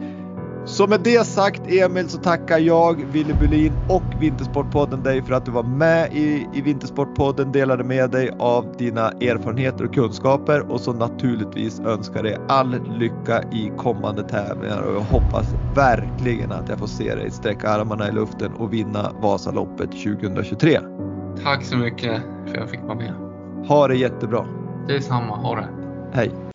Så med det sagt, Emil, så tackar jag, Ville Bulin och Vintersportpodden dig för att du var med i, i Vintersportpodden, delade med dig av dina erfarenheter och kunskaper, och så naturligtvis önskar dig all lycka i kommande tävlingar, och jag hoppas verkligen att jag får se dig sträcka armarna i luften och vinna Vasaloppet tjugohundratjugotre. Tack så mycket för att jag fick vara med. Ha det jättebra. Det är samma, ha det. Hej.